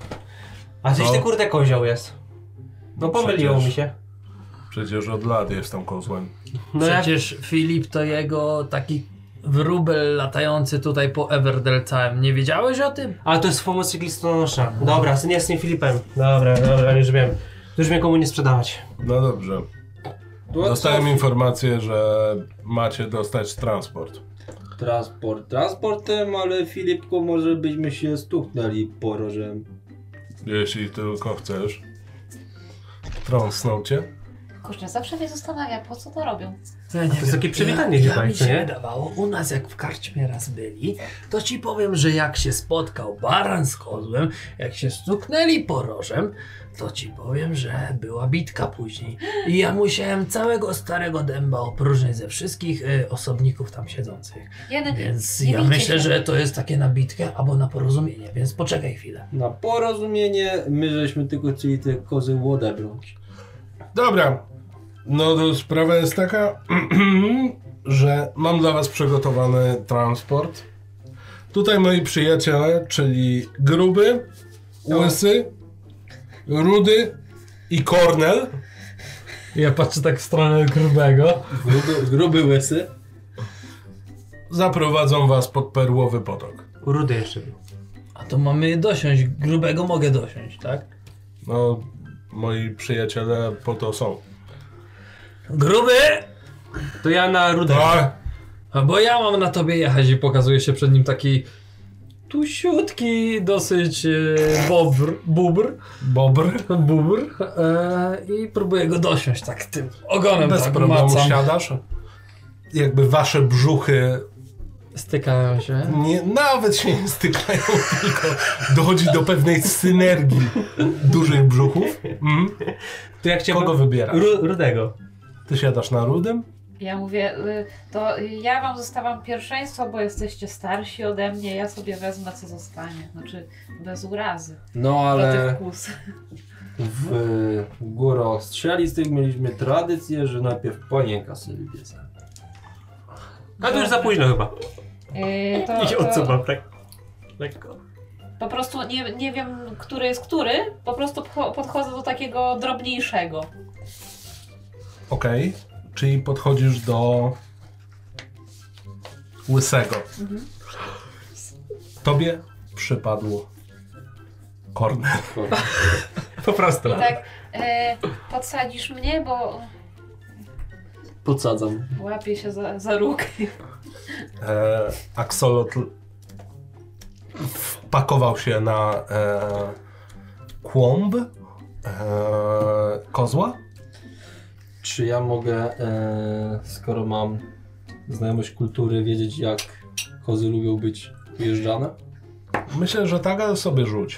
D: A żeś
A: No.
D: ty kurde kozioł jest. No pomyliło
A: Przecież-
D: mi się.
A: Przecież od lat jestem kozłem.
D: No jak...
B: Przecież Filip to jego taki wróbel latający tutaj po Everdell całym. Nie wiedziałeś o tym?
D: Ale to jest pomoc listonosza. Dobra, nie z tym Filipem. Dobra, dobra, już wiem. Już wiem komu nie sprzedawać.
A: No dobrze.
C: To
A: Dostałem
C: co?
A: informację, że macie dostać transport.
C: Transport transportem, ale Filipku, może byśmy się stuknęli porożem.
A: Jeśli tylko chcesz. Trąsnął cię?
E: kurczę, zawsze mnie zastanawia, po co to robią.
B: Ja nie
D: to jest takie przywitanie
B: ja,
D: chyba,
B: ja mi
D: co
B: się
D: nie?
B: wydawało, u nas jak w karczmie raz byli, to ci powiem, że jak się spotkał baran z kozłem, jak się stuknęli porożem, to ci powiem, że była bitka później. I ja musiałem całego starego dęba opróżnić ze wszystkich y, osobników tam siedzących.
E: Jeden,
B: Więc
E: nie
B: ja
E: bijcie
B: myślę,
E: się.
B: że to jest takie na bitkę albo na porozumienie, więc poczekaj chwilę.
C: Na porozumienie, my żeśmy tylko chcieli te kozy odebrać.
A: Dobra. No to sprawa jest taka, że mam dla was przygotowany transport. Tutaj moi przyjaciele, czyli Gruby, Łysy, Rudy i Kornel.
B: Ja patrzę tak w stronę grubego.
C: Gruby, gruby łysy.
A: Zaprowadzą was pod Perłowy Potok.
D: Rudy jeszcze był.
B: A to mamy dosiąść, grubego mogę dosiąść, tak?
A: No, moi przyjaciele po to są.
B: Gruby!
D: To ja na Rudę.
A: Tak.
B: A bo ja mam na tobie jechać i pokazuje się przed nim taki tusiutki, dosyć e, bobr, bubr,
A: Bobr.
B: bubr e, i próbuję go dosiąść tak tym ogonem,
A: Bez
B: tak
A: problemu
B: macam.
A: siadasz. Jakby wasze brzuchy
B: Stykają się.
A: nie, nawet się nie stykają, tylko dochodzi do pewnej synergii dużych brzuchów. Mm.
D: To ja chciałbym...
A: Kogo wybierasz?
D: Ru Rudego.
A: Ty siadasz na Rudym?
E: Ja mówię, y, to ja wam zostawiam pierwszeństwo, bo jesteście starsi ode mnie, ja sobie wezmę co zostanie. Znaczy bez urazy.
C: No
E: Do
C: ale
E: tych kus.
C: w górach strzelistych mieliśmy tradycję, że najpierw panienka sobie bierze.
D: A to już za późno chyba.
E: Yy, to,
D: I
E: to,
D: odsuwam tak. Lekko.
E: Po prostu nie, nie wiem, który jest który, po prostu podchodzę do takiego drobniejszego.
A: Okej, okay. Czyli podchodzisz do łysego. Mhm. Tobie przypadł Kornel.
D: Po prostu.
E: I tak, e, podsadzisz mnie, bo...
C: Podsadzam.
E: Łapię się za, za róg.
A: E, Axolotl wpakował się na e, kłąb e, kozła.
C: Czy ja mogę, e, skoro mam znajomość kultury, wiedzieć, jak kozy lubią być ujeżdżane?
A: Myślę, że tak, ale sobie rzuć.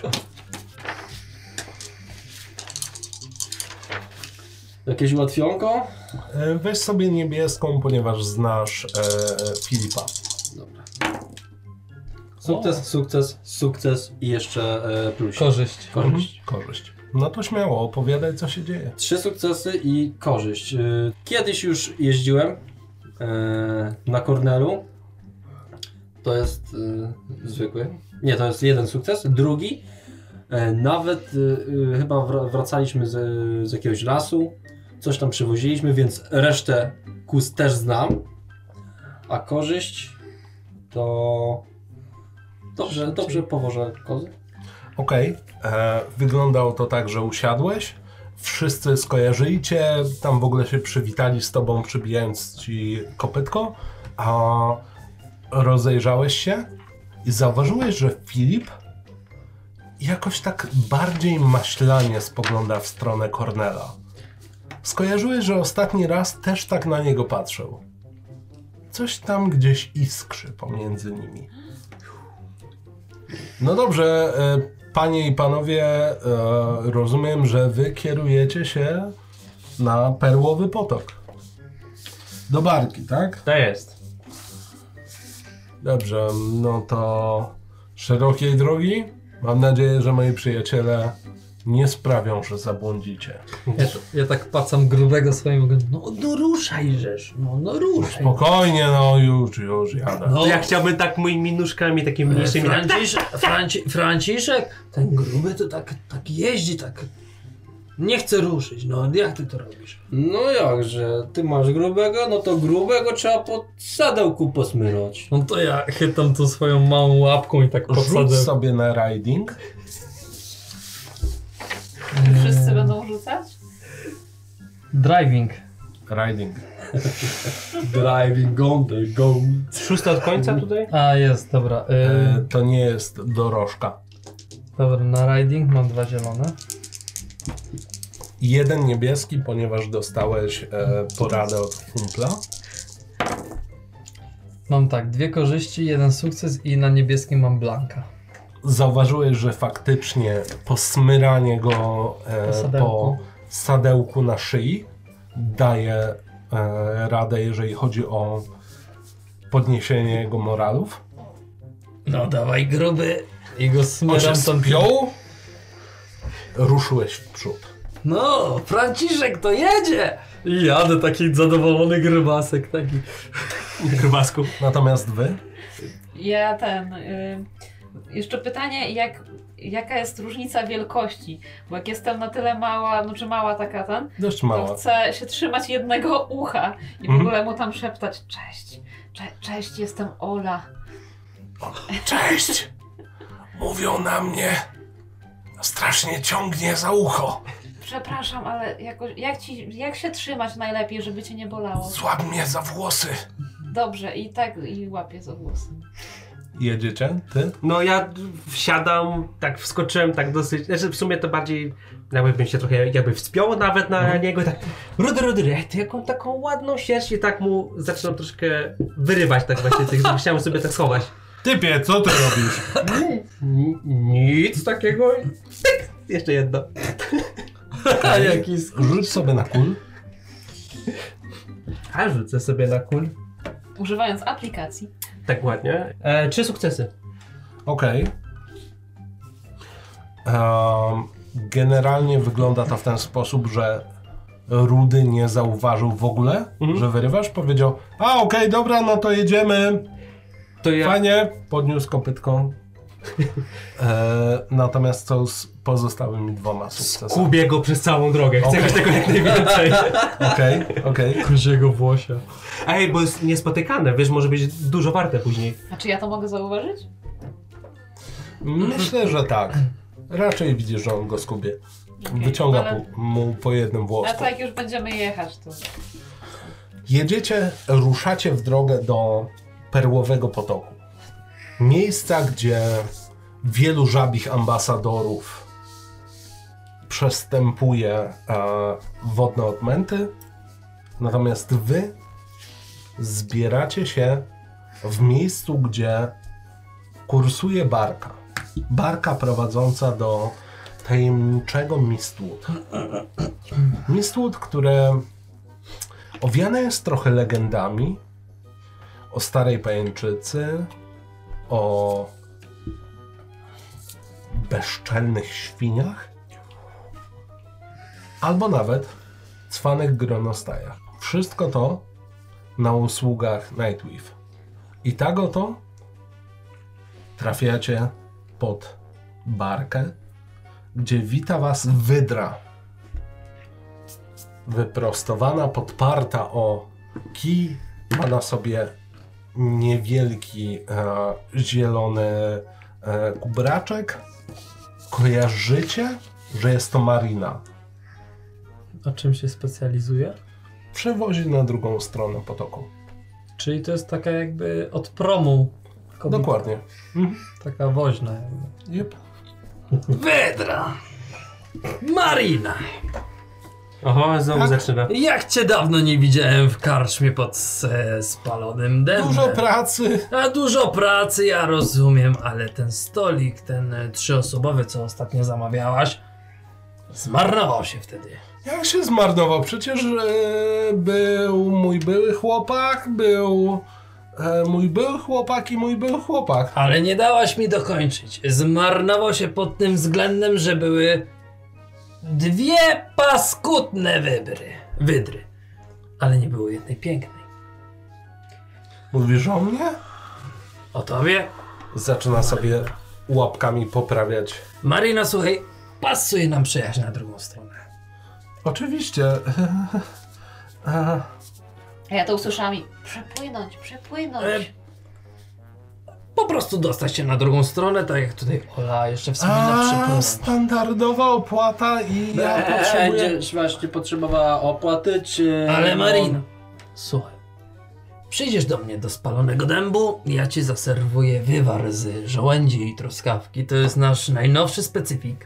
C: Jakieś ułatwionko?
A: E, weź sobie niebieską, ponieważ znasz e, Filipa.
C: Dobra. Sukces, o. sukces, sukces i jeszcze e, plus.
B: Korzyść.
C: Korzyść.
A: Mhm. Korzyść. No to śmiało, opowiadaj, co się dzieje.
C: Trzy sukcesy i korzyść. Kiedyś już jeździłem e, na Kornelu. To jest e, zwykły. Nie, to jest jeden sukces. Drugi. E, nawet e, chyba wracaliśmy z, z jakiegoś lasu. Coś tam przywoziliśmy, więc resztę kus też znam. A korzyść to... Dobrze, dobrze powożę kozy.
A: Okej, okay. Wyglądało to tak, że usiadłeś, wszyscy skojarzyli cię, tam w ogóle się przywitali z tobą, przybijając ci kopytko, a rozejrzałeś się i zauważyłeś, że Filip jakoś tak bardziej maślanie spogląda w stronę Kornela. Skojarzyłeś, że ostatni raz też tak na niego patrzył. Coś tam gdzieś iskrzy pomiędzy nimi. No dobrze, panie i panowie, rozumiem, że wy kierujecie się na Perłowy Potok. Do barki, tak?
D: To jest.
A: Dobrze, no to szerokiej drogi. Mam nadzieję, że moi przyjaciele nie sprawią, że zabłądzicie.
B: Ja, ja tak pacam grubego swojego. No, no ruszaj, żeż. No, no ruszaj.
A: Spokojnie, no już, już jadę.
D: No. Ja chciałbym tak moimi nóżkami, takimi mniejszymi.
B: Franciszek, Franci, Franciszek, ten gruby to tak, tak jeździ, tak nie chce ruszyć. No jak ty to robisz?
C: No jakże, ty masz grubego, no to grubego trzeba pod sadełku posmyrać.
B: No to ja chytam tą swoją małą łapką i tak podsadzę.
A: Rzuć sobie na riding.
E: Wszyscy będą rzucać?
B: Driving.
A: Riding.
C: Driving on the go.
D: Szósta od końca tutaj?
B: A jest, dobra. Y...
A: E, to nie jest dorożka.
B: Dobra, na riding mam dwa zielone.
A: Jeden niebieski, ponieważ dostałeś e, poradę od kumpla.
B: Mam tak, dwie korzyści, jeden sukces i na niebieskim mam blanka.
A: Zauważyłeś, że faktycznie posmyranie go e,
B: Po sadełku.
A: po sadełku na szyi daje e, radę, jeżeli chodzi o podniesienie jego moralów.
B: No dawaj gruby. I go smyram
A: On się spiął, ruszyłeś w przód.
B: No, Franciszek to jedzie! I jadę taki zadowolony grybasek, taki.
D: Grybasku.
A: Natomiast wy?
E: Ja ten... Y, jeszcze pytanie, jak, jaka jest różnica wielkości? Bo jak jestem na tyle mała, no czy mała taka ten,
A: Dość
E: to
A: mała.
E: chcę się trzymać jednego ucha i w
A: Mhm.
E: ogóle mu tam szeptać: cześć, cze, cześć, jestem Ola.
A: Cześć! Mówią na mnie. Strasznie ciągnie za ucho.
E: Przepraszam, ale jakoś, jak, ci, jak się trzymać najlepiej, żeby cię nie bolało?
A: Złap mnie za włosy.
E: Dobrze, i tak i łapię za włosy.
A: Jedziecie? Ty?
D: No ja wsiadam, tak wskoczyłem tak dosyć, znaczy w sumie to bardziej jakbym się trochę jakby wspiął nawet na
A: Mhm.
D: niego, tak rudy, rudy, ej, ty jaką taką ładną sierść i tak mu zaczynam troszkę wyrywać tak właśnie, tak, chciałem sobie tak schować.
A: Typie, co ty robisz?
D: N- nic takiego. Tyk! Jeszcze jedno.
B: A jaki
A: Rzuć sobie na kul.
D: A rzucę sobie na kul.
E: Używając aplikacji.
D: Tak ładnie. E, trzy sukcesy.
A: Okej. Okay. Um, generalnie wygląda to w ten sposób, że Rudy nie zauważył w ogóle,
D: Mhm.
A: że wyrywasz. Powiedział: a okej, okay, dobra, no to jedziemy.
D: To ja...
A: Fajnie. Podniósł kopytką. E, natomiast co z pozostałymi dwoma sukcesami?
D: Skubię go przez całą drogę. Chcę
A: Okej.
D: mieć tego jak najwięcej.
A: Okej, okej.
B: Koziego włosia.
D: Ej, bo jest niespotykane, wiesz, może być dużo warte później.
E: A czy ja to mogę zauważyć?
A: Myślę, że tak. Raczej widzisz, że on go skubie. Wyciąga
E: ale-
A: po, mu po jednym
E: A
A: włosku.
E: to jak już będziemy jechać, to...
A: Jedziecie, ruszacie w drogę do Perłowego Potoku. Miejsca, gdzie wielu żabich ambasadorów przestępuje e, wodne odmęty. Natomiast wy zbieracie się w miejscu, gdzie kursuje barka. Barka prowadząca do tajemniczego Mistwood. Mistwood, które owiane jest trochę legendami o starej pajęczycy, o bezczelnych świniach, albo nawet cwanych gronostajach. Wszystko to na usługach Nightweave. I tak oto trafiacie pod barkę, gdzie wita was wydra. Wyprostowana, podparta o kij, ma na sobie niewielki e, zielony e, kubraczek. Kojarzycie, że jest to Marina.
B: A czym się specjalizuje?
A: Przewozi na drugą stronę potoku.
B: Czyli to jest taka jakby od promu. kobieta.
A: Dokładnie. Mhm.
B: Taka woźna jakby.
A: Yep.
B: Wydra! Marina!
D: Oho, znowu
A: Tak.
D: zaczyna.
B: Jak cię dawno nie widziałem w karczmie pod e, spalonym dębem.
A: Dużo pracy.
B: A dużo pracy, ja rozumiem, ale ten stolik, ten e, trzyosobowy, co ostatnio zamawiałaś, zmarnował się wtedy.
A: Jak się zmarnował? Przecież e, był mój były chłopak, był e, mój były chłopak i mój były chłopak.
B: Ale nie dałaś mi dokończyć. Zmarnował się pod tym względem, że były dwie paskudne wybry, wydry. Ale nie było jednej pięknej.
A: Mówisz o mnie?
B: O tobie?
A: Zaczyna sobie łapkami poprawiać.
B: Marina, słuchaj, pasuje nam przejechać na drugą stronę.
A: Oczywiście. A,
E: A ja to usłyszałam i przepłynąć, przepłynąć.
B: E, Po prostu dostać się na drugą stronę, tak jak tutaj Ola jeszcze wspomina,
A: a
B: przypłynąć.
A: standardowa opłata i ja potrzebuję...
C: Będziesz właśnie potrzebowała opłaty, czy...
B: Ale Marina, słuchaj, przyjdziesz do mnie do spalonego dębu, ja ci zaserwuję wywar z żołędzi i truskawki, to jest nasz najnowszy specyfik.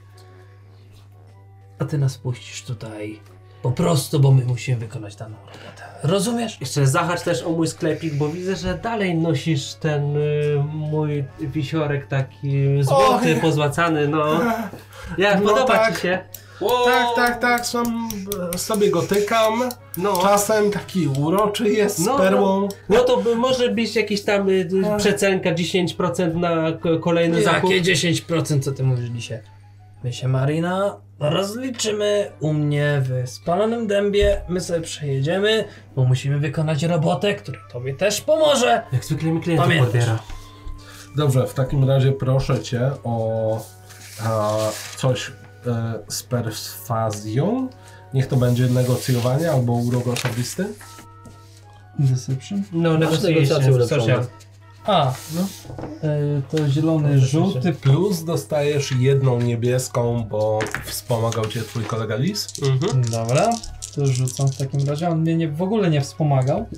B: A ty nas puścisz tutaj po prostu, bo my musimy wykonać daną robotę. Rozumiesz?
D: Jeszcze zahacz też o mój sklepik, bo widzę, że dalej nosisz ten y, mój wisiorek taki złoty,
A: Oj.
D: pozłacany, no. Jak
A: No
D: podoba
A: tak.
D: ci się?
A: Tak, tak, tak, sam e, sobie go tykam.
D: No.
A: Czasem taki uroczy jest z
D: No,
A: perłą.
D: No to by, może być jakiś tam y,
A: A.
D: przecenka dziesięć procent na k- kolejny zakup.
B: Jakie dziesięć procent, co ty mówisz dzisiaj? My się, Marina, rozliczymy u mnie w spalonym dębie, my sobie przejedziemy, bo musimy wykonać robotę, która tobie też pomoże.
D: Jak zwykle mi klientów
B: Pamiętasz.
D: podbiera.
A: Dobrze, w takim razie proszę cię o a, coś e, z perswazją. Niech to będzie negocjowanie albo urok osobisty.
B: Deception?
D: No,
C: negocjacje
D: negocjacje
C: ulepszone.
D: social.
B: A, no. E, to zielony, żółty.
A: Plus dostajesz jedną niebieską, bo wspomagał cię twój kolega Lis.
D: Mhm.
B: Dobra, to rzucam w takim razie. On mnie nie, w ogóle nie wspomagał.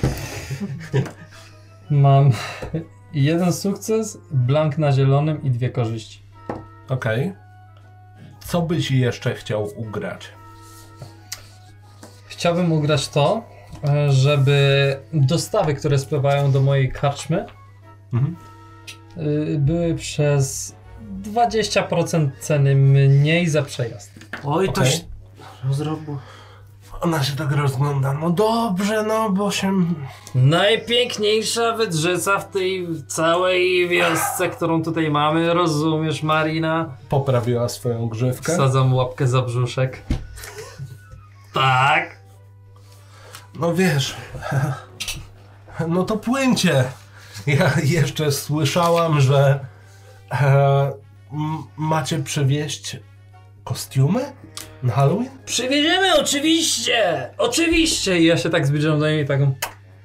B: Mam jeden sukces, blank na zielonym i dwie korzyści.
A: Okej. Co byś jeszcze chciał ugrać?
B: Chciałbym ugrać to, e, żeby dostawy, które spływają do mojej karczmy,
A: Mhm.
B: y, były przez dwadzieścia procent ceny mniej za przejazd.
D: Oj, to
A: Okej.
D: się zrobił.
A: Ona się tak rozgląda. No dobrze, no bo się...
B: Najpiękniejsza wydrzyca w tej całej wiosce, którą tutaj mamy, rozumiesz, Marina?
A: Poprawiła swoją grzywkę.
B: Wsadzam łapkę za brzuszek. Tak.
A: No wiesz, no to płyńcie. Ja jeszcze słyszałam, że E, m- macie przywieźć kostiumy na Halloween?
B: Przywieziemy, oczywiście! Oczywiście! I ja się tak zbliżam do niej i taką...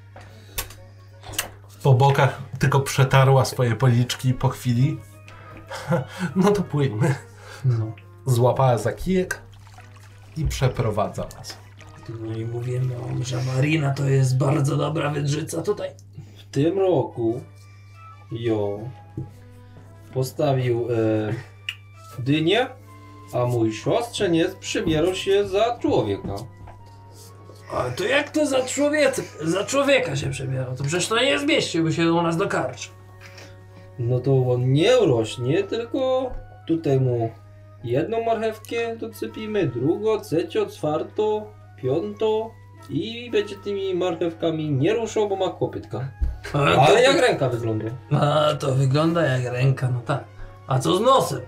A: Po bokach tylko przetarła swoje policzki po chwili. No to płyńmy.
B: No.
A: Złapała za kijek i przeprowadza was.
B: No i mówimy wam, że Marina to jest bardzo dobra wydrzyca tutaj.
C: W tym roku jo postawił e, dynię, a mój siostrzeniec przybierał się za człowieka.
B: A to jak to za człowieka, za człowieka się przebierał? To przecież to nie zmieściłby się u nas do karczu.
C: No to on nie urośnie, tylko tutaj mu jedną marchewkę dosypimy, drugą, trzecio, czwarto, piąto i będzie tymi marchewkami nie ruszał, bo ma kopytka.
B: A
C: Ale
B: to,
C: jak ręka wygląda.
B: A to wygląda jak ręka, no tak. A co z nosem?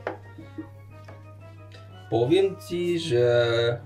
C: Powiem ci, że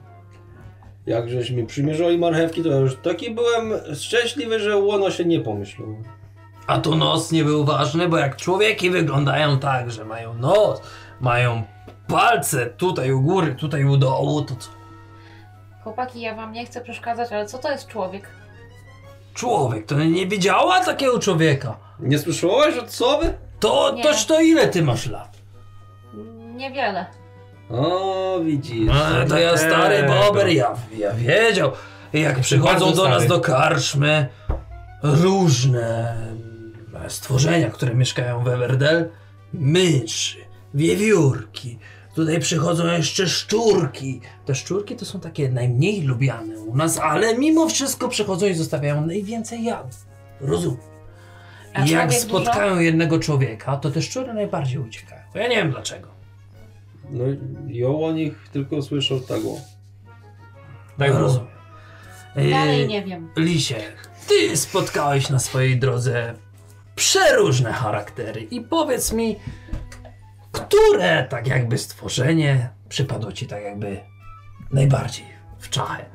C: jak żeśmy przymierzali marchewki, to ja już taki byłem szczęśliwy, że ono się nie pomyślało.
B: A to nos nie był ważny, bo jak człowieki wyglądają tak, że mają nos, mają palce tutaj u góry, tutaj u dołu, to co?
E: Chłopaki, ja wam nie chcę przeszkadzać, ale co to jest człowiek?
B: Człowiek, to nie widziała takiego człowieka.
C: Nie słyszałaś od sowy?
B: To,
E: Nie.
B: toż to ile ty masz lat?
E: Niewiele.
C: O, widzisz.
B: A, to ja stary bober, ja, ja wiedział. Jak przychodzą
D: bardzo
B: do nas
D: stary.
B: do karczmy różne stworzenia, które mieszkają w Everdell, myszy, wiewiórki, tutaj przychodzą jeszcze szczurki. Te szczurki to są takie najmniej lubiane u nas, ale mimo wszystko przychodzą i zostawiają najwięcej jadu. Rozumiem.
E: A
B: I jak
E: człowiek
B: spotkają jednego człowieka, to te szczury najbardziej uciekają. Ja nie wiem dlaczego.
C: No, ja o nich tylko słyszał tego.
D: Daj
B: No,
D: mu.
B: rozumiem.
E: Dalej
B: Yy,
E: nie wiem.
B: Lisie, ty spotkałeś na swojej drodze przeróżne charaktery i powiedz mi, które tak jakby stworzenie przypadło ci tak jakby najbardziej w czachę?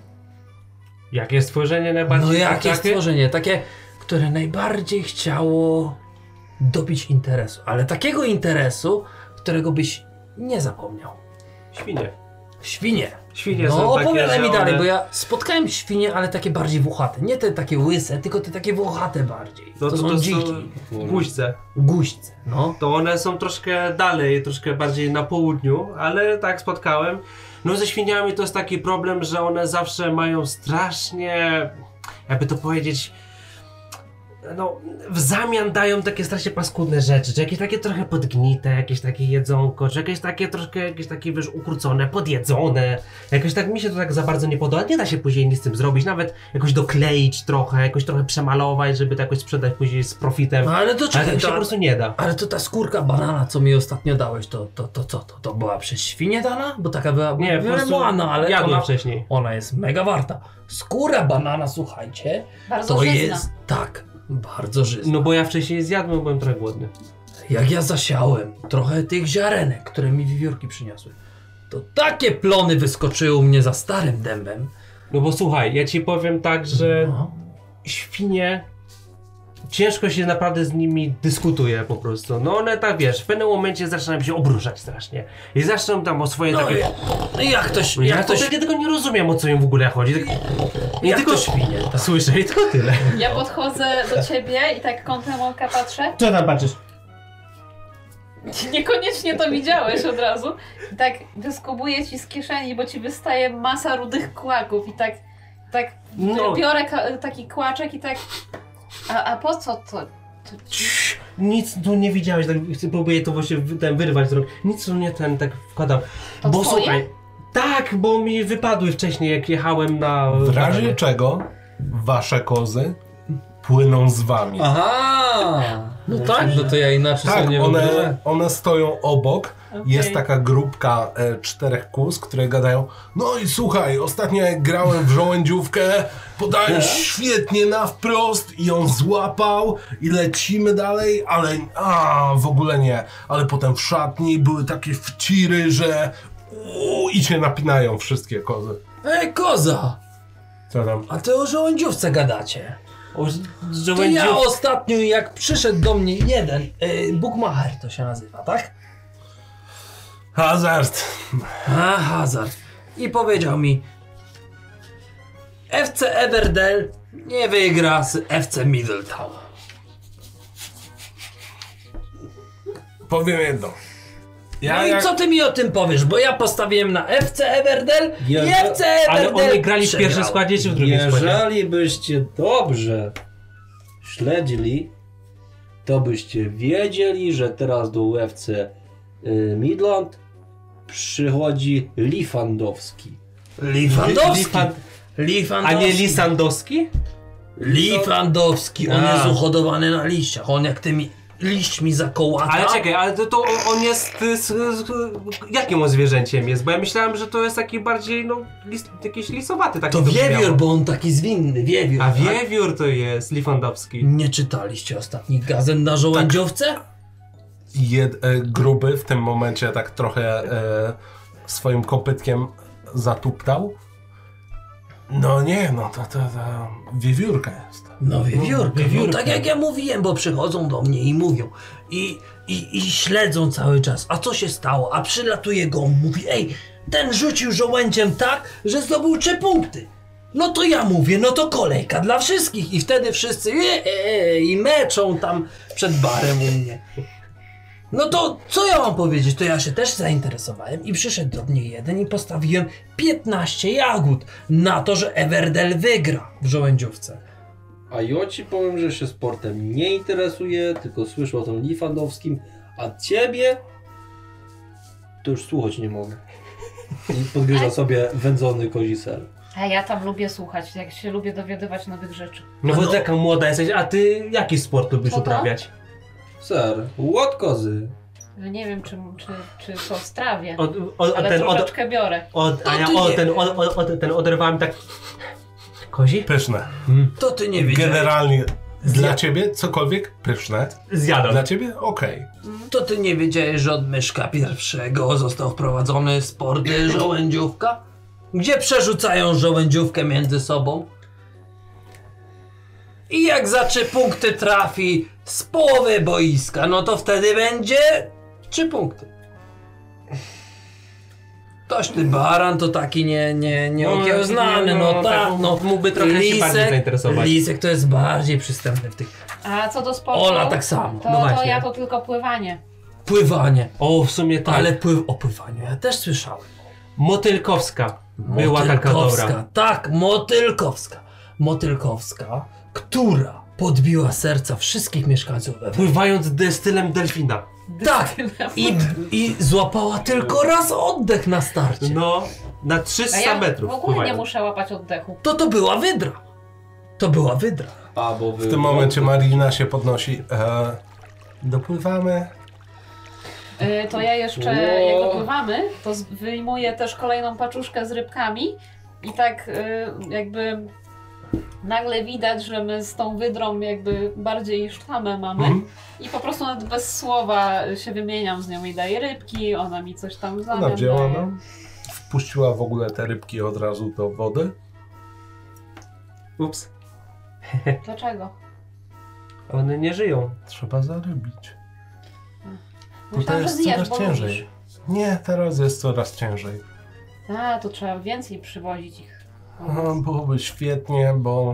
D: Jakie stworzenie najbardziej
B: No jakie
D: takie?
B: stworzenie? Takie, które najbardziej chciało dobić interesu, ale takiego interesu, którego byś nie zapomniał.
D: Świnie.
B: Świnie.
D: Świnie
B: No
D: są takie,
B: opowiadaj
D: że
B: mi dalej,
D: one-
B: bo ja spotkałem świnie, ale takie bardziej włochate. Nie te takie łyse, tylko te takie włochate bardziej.
D: No
B: to, są dziki.
D: Guźce.
B: Guźce, no.
D: To one są troszkę dalej, troszkę bardziej na południu, ale tak spotkałem. No ze świniami to jest taki problem, że one zawsze mają strasznie, jakby to powiedzieć, no w zamian dają takie strasznie paskudne rzeczy, czy jakieś takie trochę podgnite, jakieś takie jedzonko, czy jakieś takie troszkę, jakieś takie wiesz, ukrócone, podjedzone. Jakoś tak mi się to tak za bardzo nie podoba, nie da się później nic z tym zrobić, nawet jakoś dokleić trochę, jakoś trochę przemalować, żeby to jakoś sprzedać później z profitem.
B: No ale to
D: Ale
B: czekaj,
D: to się
B: to,
D: po prostu nie da.
B: ale to ta skórka banana, co mi ostatnio dałeś, to, to, to co? To, to była przez świnię dana? Bo taka była
D: Nie, po prostu
B: wylemana, ale
D: jadłem
B: ona,
D: wcześniej.
B: ona jest mega warta. Skóra banana, słuchajcie,
E: Bardzo
B: to
E: żyzna.
B: jest, tak, bardzo żyzna.
D: No bo ja wcześniej zjadłem, byłem trochę głodny.
B: Jak ja zasiałem trochę tych ziarenek, które mi wiewiórki przyniosły, to takie plony wyskoczyły u mnie za starym dębem.
D: No bo słuchaj, ja ci powiem tak, że
B: No.
D: świnie, ciężko się naprawdę z nimi dyskutuje po prostu. No one tak, wiesz, w pewnym momencie zaczynają się obruszać strasznie. I zaczną tam o swoje
B: No
D: takie...
B: i, i jak to,
D: No
B: jak
D: ja
B: to,
D: to wtedy tego nie rozumiem, o co im w ogóle chodzi. Tak... I
B: jak
D: tylko
B: to świnie? Tak.
D: słyszę i tylko tyle.
E: Ja podchodzę do ciebie i tak kątem oka patrzę.
D: Co tam patrzysz?
E: Niekoniecznie to widziałeś od razu. I tak wyskubuję ci z kieszeni, bo ci wystaje masa rudych kłaków i tak, tak
D: No.
E: biorę ka- taki kłaczek i tak... A, a po co to? to
D: Cii, nic tu nie widziałeś, tak chcę próbuję to właśnie wy- ten wyrwać z rąk. Nic tu nie ten tak wkładam.
E: To
D: bo
E: twoje?
D: słuchaj, tak, bo mi wypadły wcześniej jak jechałem na...
A: W razie czego wasze kozy płyną z wami.
C: Aha!
B: No tak, no to ja inaczej
A: Tak,
B: sobie nie
A: one,
B: wyobrażam.
A: one stoją obok.
E: Okej.
A: Jest taka grupka e, czterech kóz, które gadają: no i słuchaj, ostatnio jak grałem w żołędziówkę, podałem świetnie na wprost i on złapał i lecimy dalej, ale a w ogóle nie. Ale potem w szatni były takie wciry, że uu, i się napinają wszystkie kozy.
B: Ej, koza!
A: Co tam?
B: A ty o żołędziówce gadacie.
D: O,
B: To
D: żołędziu...
B: ja ostatnio, jak przyszedł do mnie jeden, yy, Bukmacher to się nazywa, tak?
A: Hazard.
B: A, Hazard. I powiedział mi, F C Everdell nie wygra z F C Middletown.
A: Powiem jedno. Ja
B: No i
A: jak...
B: co ty mi o tym powiesz? Bo ja postawiłem na F C Everdell i
C: Jeże-
B: F C Everdell
D: Ale oni grali w pierwszym
B: przegrał.
D: składzie czy w drugim składzie?
C: Jeżeli byście dobrze śledzili, to byście wiedzieli, że teraz do U F C y, Midland przychodzi Lifandowski.
B: Lifandowski.
D: Lifan-
B: Lifandowski.
D: A nie Lisandowski?
B: Lifandowski. On
D: A.
B: jest uhodowany na liściach. On jak tymi liśćmi zakołata.
D: Ale czekaj, ale to, to on jest... y, z, z, jakim on zwierzęciem jest? Bo ja myślałem, że to jest taki bardziej, no, lis, jakiś lisowaty. Taki
B: To
D: brzmiało.
B: wiewiór, bo on taki zwinny. Wiewiór.
D: A
B: tak?
D: wiewiór to jest Lifandowski.
B: Nie czytaliście ostatnich gazet na żołędziówce?
A: Jed, e, gruby w tym momencie tak trochę e, swoim kopytkiem zatuptał. No nie, no to, to, to wiewiórka jest.
B: No wiewiórka, no,
A: wiewiórka.
B: tak jak ja mówiłem, bo przychodzą do mnie i mówią i, i, i śledzą cały czas, a co się stało, a przylatuje go, on mówi, ej, ten rzucił żołędziem tak, że zdobył trzy punkty. No to ja mówię, no to kolejka dla wszystkich i wtedy wszyscy e, e, e, i meczą tam przed barem u mnie. No to co ja mam powiedzieć, to ja się też zainteresowałem i przyszedł do mnie jeden i postawiłem piętnaście jagód na to, że Everdell wygra w żołędziówce.
C: A ja ci powiem, że się sportem nie interesuje, tylko słyszę o tym Lifandowskim, a ciebie to już słuchać nie mogę. I podgryza sobie wędzony kozi ser.
E: A ja tam lubię słuchać, jak się lubię dowiadywać nowych rzeczy.
D: No bo
B: No.
D: taka młoda jesteś, a ty jaki sport lubisz
E: Co to?
D: uprawiać?
C: Ser, łot kozy.
E: No nie wiem, czy, czy, czy po strawie,
D: Od, od,
E: ale
D: ten, od,
E: troszeczkę biorę.
D: od, a
B: No
D: ja
B: ty
D: o,
B: nie.
D: ten, od, od, od, ten oderwałem tak... Kozi?
A: Pyszne.
B: To ty nie wiedziałeś.
A: Generalnie dla ciebie cokolwiek pyszne.
D: Zjadam.
A: Dla ciebie okej.
B: To ty nie wiedziałeś, że od Myszka pierwszego został wprowadzony sport żołędziówka? Gdzie przerzucają żołędziówkę między sobą? I jak za trzy punkty trafi z połowy boiska, no to wtedy będzie trzy punkty. Toś ty baran to taki nie, nie, nie okiełznany, no,
D: no,
B: tak,
D: tak,
B: no.
D: mógłby trochę się bardziej zainteresować.
B: Lisek to jest bardziej przystępny w tych...
E: A co do sportu,
B: Ola tak samo.
E: to,
D: No
E: to
D: właśnie.
E: ja to tylko pływanie.
B: Pływanie.
D: O, w sumie tak.
B: Ale pływ... o pływaniu ja też słyszałem.
D: Motylkowska była taka
B: Motylkowska,
D: dobra.
B: tak, Motylkowska. Motylkowska, która podbiła serca wszystkich mieszkańców Ewy.
D: Pływając destylem delfina.
B: Tak, i, i złapała tylko raz oddech na starcie.
D: No, na
E: A
D: trzysta
E: ja
D: metrów
E: w ogóle nie
D: pływając.
E: muszę łapać oddechu.
B: To to była wydra. To była wydra.
C: A, bo wy...
A: W tym momencie Marina się podnosi. E, dopływamy.
E: Y, To ja jeszcze,
C: Ło.
E: jak dopływamy, to z- wyjmuję też kolejną paczuszkę z rybkami i tak y, jakby nagle widać, że my z tą wydrą jakby bardziej sztamę mamy
A: Mhm.
E: i po prostu nawet bez słowa się wymieniam z nią i daję rybki, ona mi coś tam w
A: Ona
E: zamian
A: wzięła,
E: daje.
A: no. Wpuściła w ogóle te rybki od razu do wody.
D: Ups.
E: Dlaczego?
D: One nie żyją.
A: Trzeba zarybić. Tutaj
E: Myślałam, że
A: jest
E: zjesz,
A: coraz
E: bo
A: ciężej.
E: lubisz.
A: Nie, teraz jest coraz ciężej.
E: A, to trzeba więcej przywozić ich.
A: No, byłoby świetnie, bo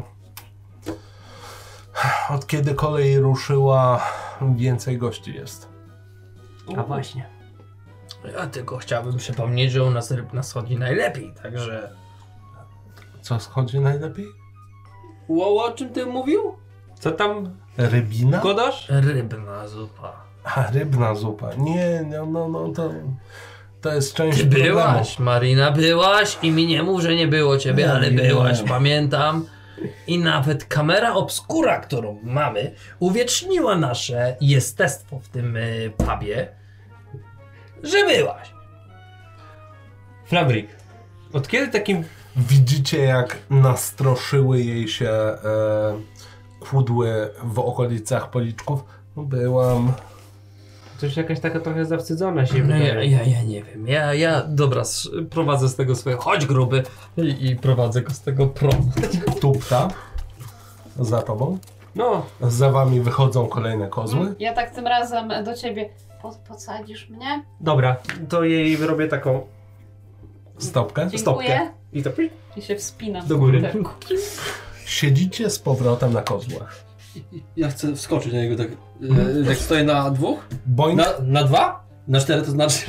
A: od kiedy kolej ruszyła, więcej gości jest.
D: A właśnie.
B: Ja tylko chciałbym przypomnieć, że u nas ryb na schodzi najlepiej, także...
A: Co schodzi najlepiej?
C: Ło, o czym ty mówił?
D: Co tam
A: Rybina?
D: godasz?
B: Rybna zupa.
A: A, rybna zupa. Nie, no, no, no to, to jest część
B: Ty
A: problemu.
B: byłaś, Marina, byłaś i mi nie mów, że nie było ciebie,
A: Nie,
B: ale
A: nie
B: byłaś,
A: byłem.
B: pamiętam. I nawet kamera obskura, którą mamy, uwieczniła nasze jestestwo w tym y, pubie, że byłaś.
D: Flabrik. Od kiedy takim...
A: Widzicie, jak nastroszyły jej się e, kudły w okolicach policzków? Byłam.
D: Coś jakaś taka trochę zawstydzona się
B: No ja,
D: wydaje.
B: ja, ja nie wiem, ja, ja dobra, s- prowadzę z tego swojego, chodź gruby i, i prowadzę go z tego promu.
A: Tupta. za tobą.
D: No,
A: Za wami wychodzą kolejne kozły.
E: Ja tak tym razem do ciebie. Po, podsadzisz mnie?
D: dobra, to jej robię taką
A: Stopkę.
E: Dziękuję.
D: stopkę. I to pi-
E: I się wspinam.
D: do góry.
E: Tak.
A: Siedzicie z powrotem na kozłach.
C: Ja chcę wskoczyć na niego tak, e, jak stoję na dwóch?
A: Boing.
C: Na, na dwa? Na cztery to znaczy...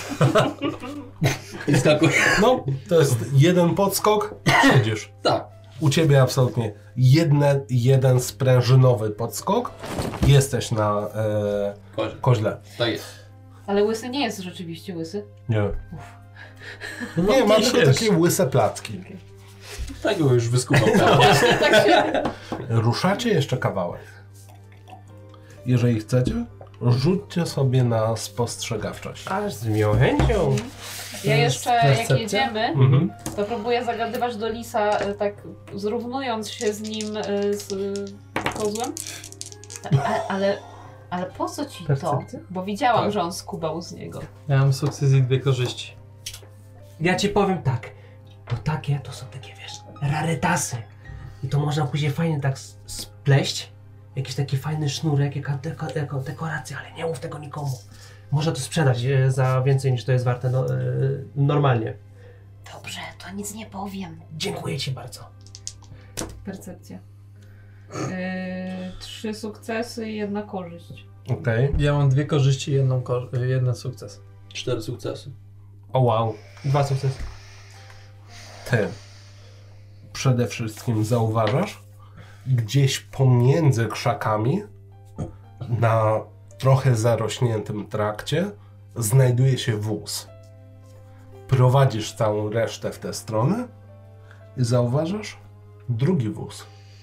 C: I skakuję.
A: No, to jest jeden podskok, siedzisz.
C: Tak.
A: U ciebie absolutnie jedne, jeden sprężynowy podskok. Jesteś na e,
C: Kozie.
A: koźle.
C: Tak jest.
E: Ale łysy nie jest rzeczywiście łysy.
A: Nie.
B: No,
A: Nie, ma
B: piszesz.
A: tylko takie łyse placki.
C: Tak go już wyskubał.
E: Tak się...
A: Ruszacie jeszcze kawałek. Jeżeli chcecie, rzućcie sobie na spostrzegawczość.
D: Aż z miłą chęcią.
E: Ja jeszcze jak
B: percepcja?
E: jedziemy,
A: Mhm.
E: to próbuję zagadywać do lisa, e, tak zrównując się z nim, e, z e, kozłem. Ale, ale, ale po co ci to?
B: Percepcja?
E: Bo widziałam,
C: Tak.
E: że on skubał z niego.
B: Ja mam sukces i dwie korzyści.
D: Ja ci powiem tak, bo takie to są takie, wiesz, rarytasy. I to można później fajnie tak s- spleść. Jakiś taki fajny sznurek, jaka deko, jako dekoracja, ale nie mów tego nikomu. Można to sprzedać e, za więcej niż to jest warte no, e, normalnie.
E: Dobrze, to nic nie powiem.
D: Dziękuję ci bardzo.
E: Percepcja. Yy, trzy sukcesy i jedna korzyść.
A: Okej.
B: Ja mam dwie korzyści i jedną kor- jeden sukces.
C: Cztery sukcesy.
A: O wow.
D: Dwa sukcesy.
A: Ty przede wszystkim zauważasz, gdzieś pomiędzy krzakami, na trochę zarośniętym trakcie, znajduje się wóz. Prowadzisz całą resztę w tę stronę i zauważasz drugi wóz.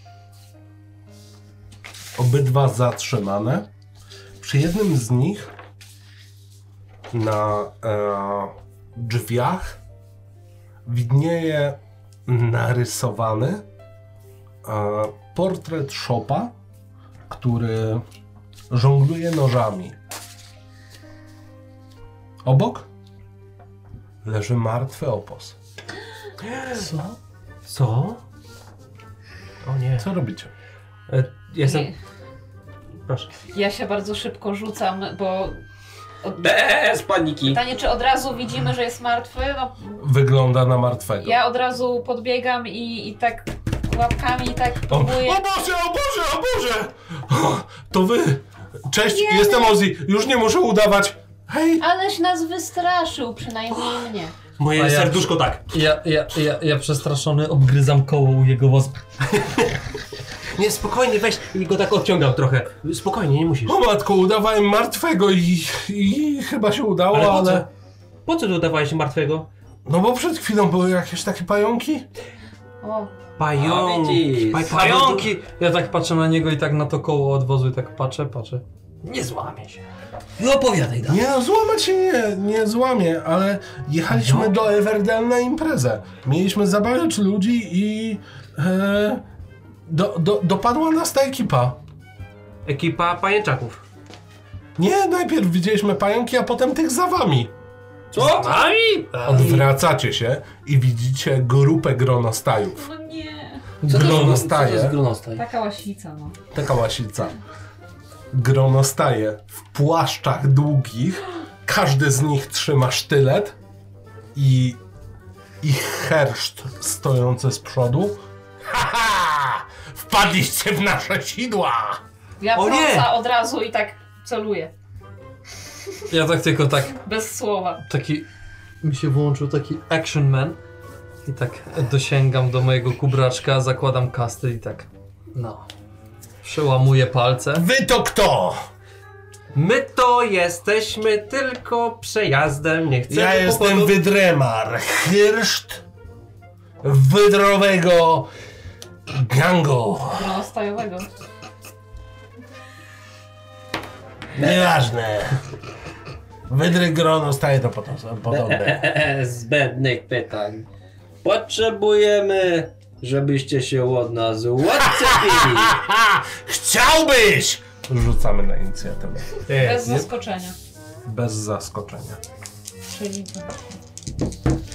A: Obydwa zatrzymane. Przy jednym z nich na e, drzwiach widnieje narysowany e, portret szopa, który żongluje nożami. Obok leży martwy opos.
B: Co?
D: Co? O nie.
A: Co robicie?
D: E, jestem...
E: Nie.
D: Proszę.
E: Ja się bardzo szybko rzucam, bo od...
C: Bez paniki.
E: pytanie, czy od razu widzimy, że jest martwy? No,
A: Wygląda na martwego.
E: ja od razu podbiegam i, i tak łapkami i tak
A: O,
E: próbuję.
A: o Boże, o Boże, o Boże! O, to wy! Cześć, jestem Ozzy. Już nie muszę udawać. Hej!
E: Aleś nas wystraszył, przynajmniej mnie.
D: Moje
B: A ja-
D: serduszko tak.
B: Ja, ja, ja, ja przestraszony obgryzam koło u jego wozu.
D: Nie, spokojnie, weź i go tak odciągam trochę. Spokojnie, nie musisz.
A: O matko, udawałem martwego i, i chyba się udało,
D: Ale
A: ale...
D: po co? Po co tu udawałeś martwego?
A: No bo przed chwilą były jakieś takie pająki.
E: O,
D: Pająki.
C: widzisz.
D: Paj-
B: Pająki! Ja tak patrzę na niego i tak na to koło od wozu i tak patrzę, patrzę.
D: Nie złamie się.
B: No opowiadaj dalej.
A: Nie, no, złamać się nie, nie złamie, ale jechaliśmy do Everdell na imprezę. Mieliśmy zabawiać ludzi i... E, do, do, dopadła nas ta ekipa.
D: Ekipa pajęczaków.
A: Nie, najpierw widzieliśmy pająki, a potem tych za wami.
C: Co?
A: Odwracacie się i widzicie grupę gronostajów.
E: no nie.
C: Co to jest
A: Gronostaje,
C: gronostaj?
E: Taka łasica, no.
A: taka łasica. Gronostaje w płaszczach długich. Każdy z nich trzyma sztylet i, i herszt stojący z przodu. Haha! Wpadliście w nasze sidła!
E: Ja
D: O nie!
E: proca od razu i tak celuję.
B: Ja tak tylko tak,
E: Bez słowa.
B: taki, mi się włączył taki action man i tak dosięgam do mojego kubraczka, zakładam kasty i tak, no, przełamuję palce.
A: Wy to kto?
D: My to jesteśmy tylko przejazdem, nie chcemy
A: Ja jestem
D: powodu-
A: Wydremar, hirszt wydrowego gangu.
E: Gronostajowego.
A: Nieważne. Wydry grono staje to potem, podobne.
C: Zbędnych pytań. Potrzebujemy, żebyście się od nas odcepili.
A: Haha! Chciałbyś! Rzucamy na inicjatywę.
E: Bez zaskoczenia.
A: Bez zaskoczenia.
E: Czyli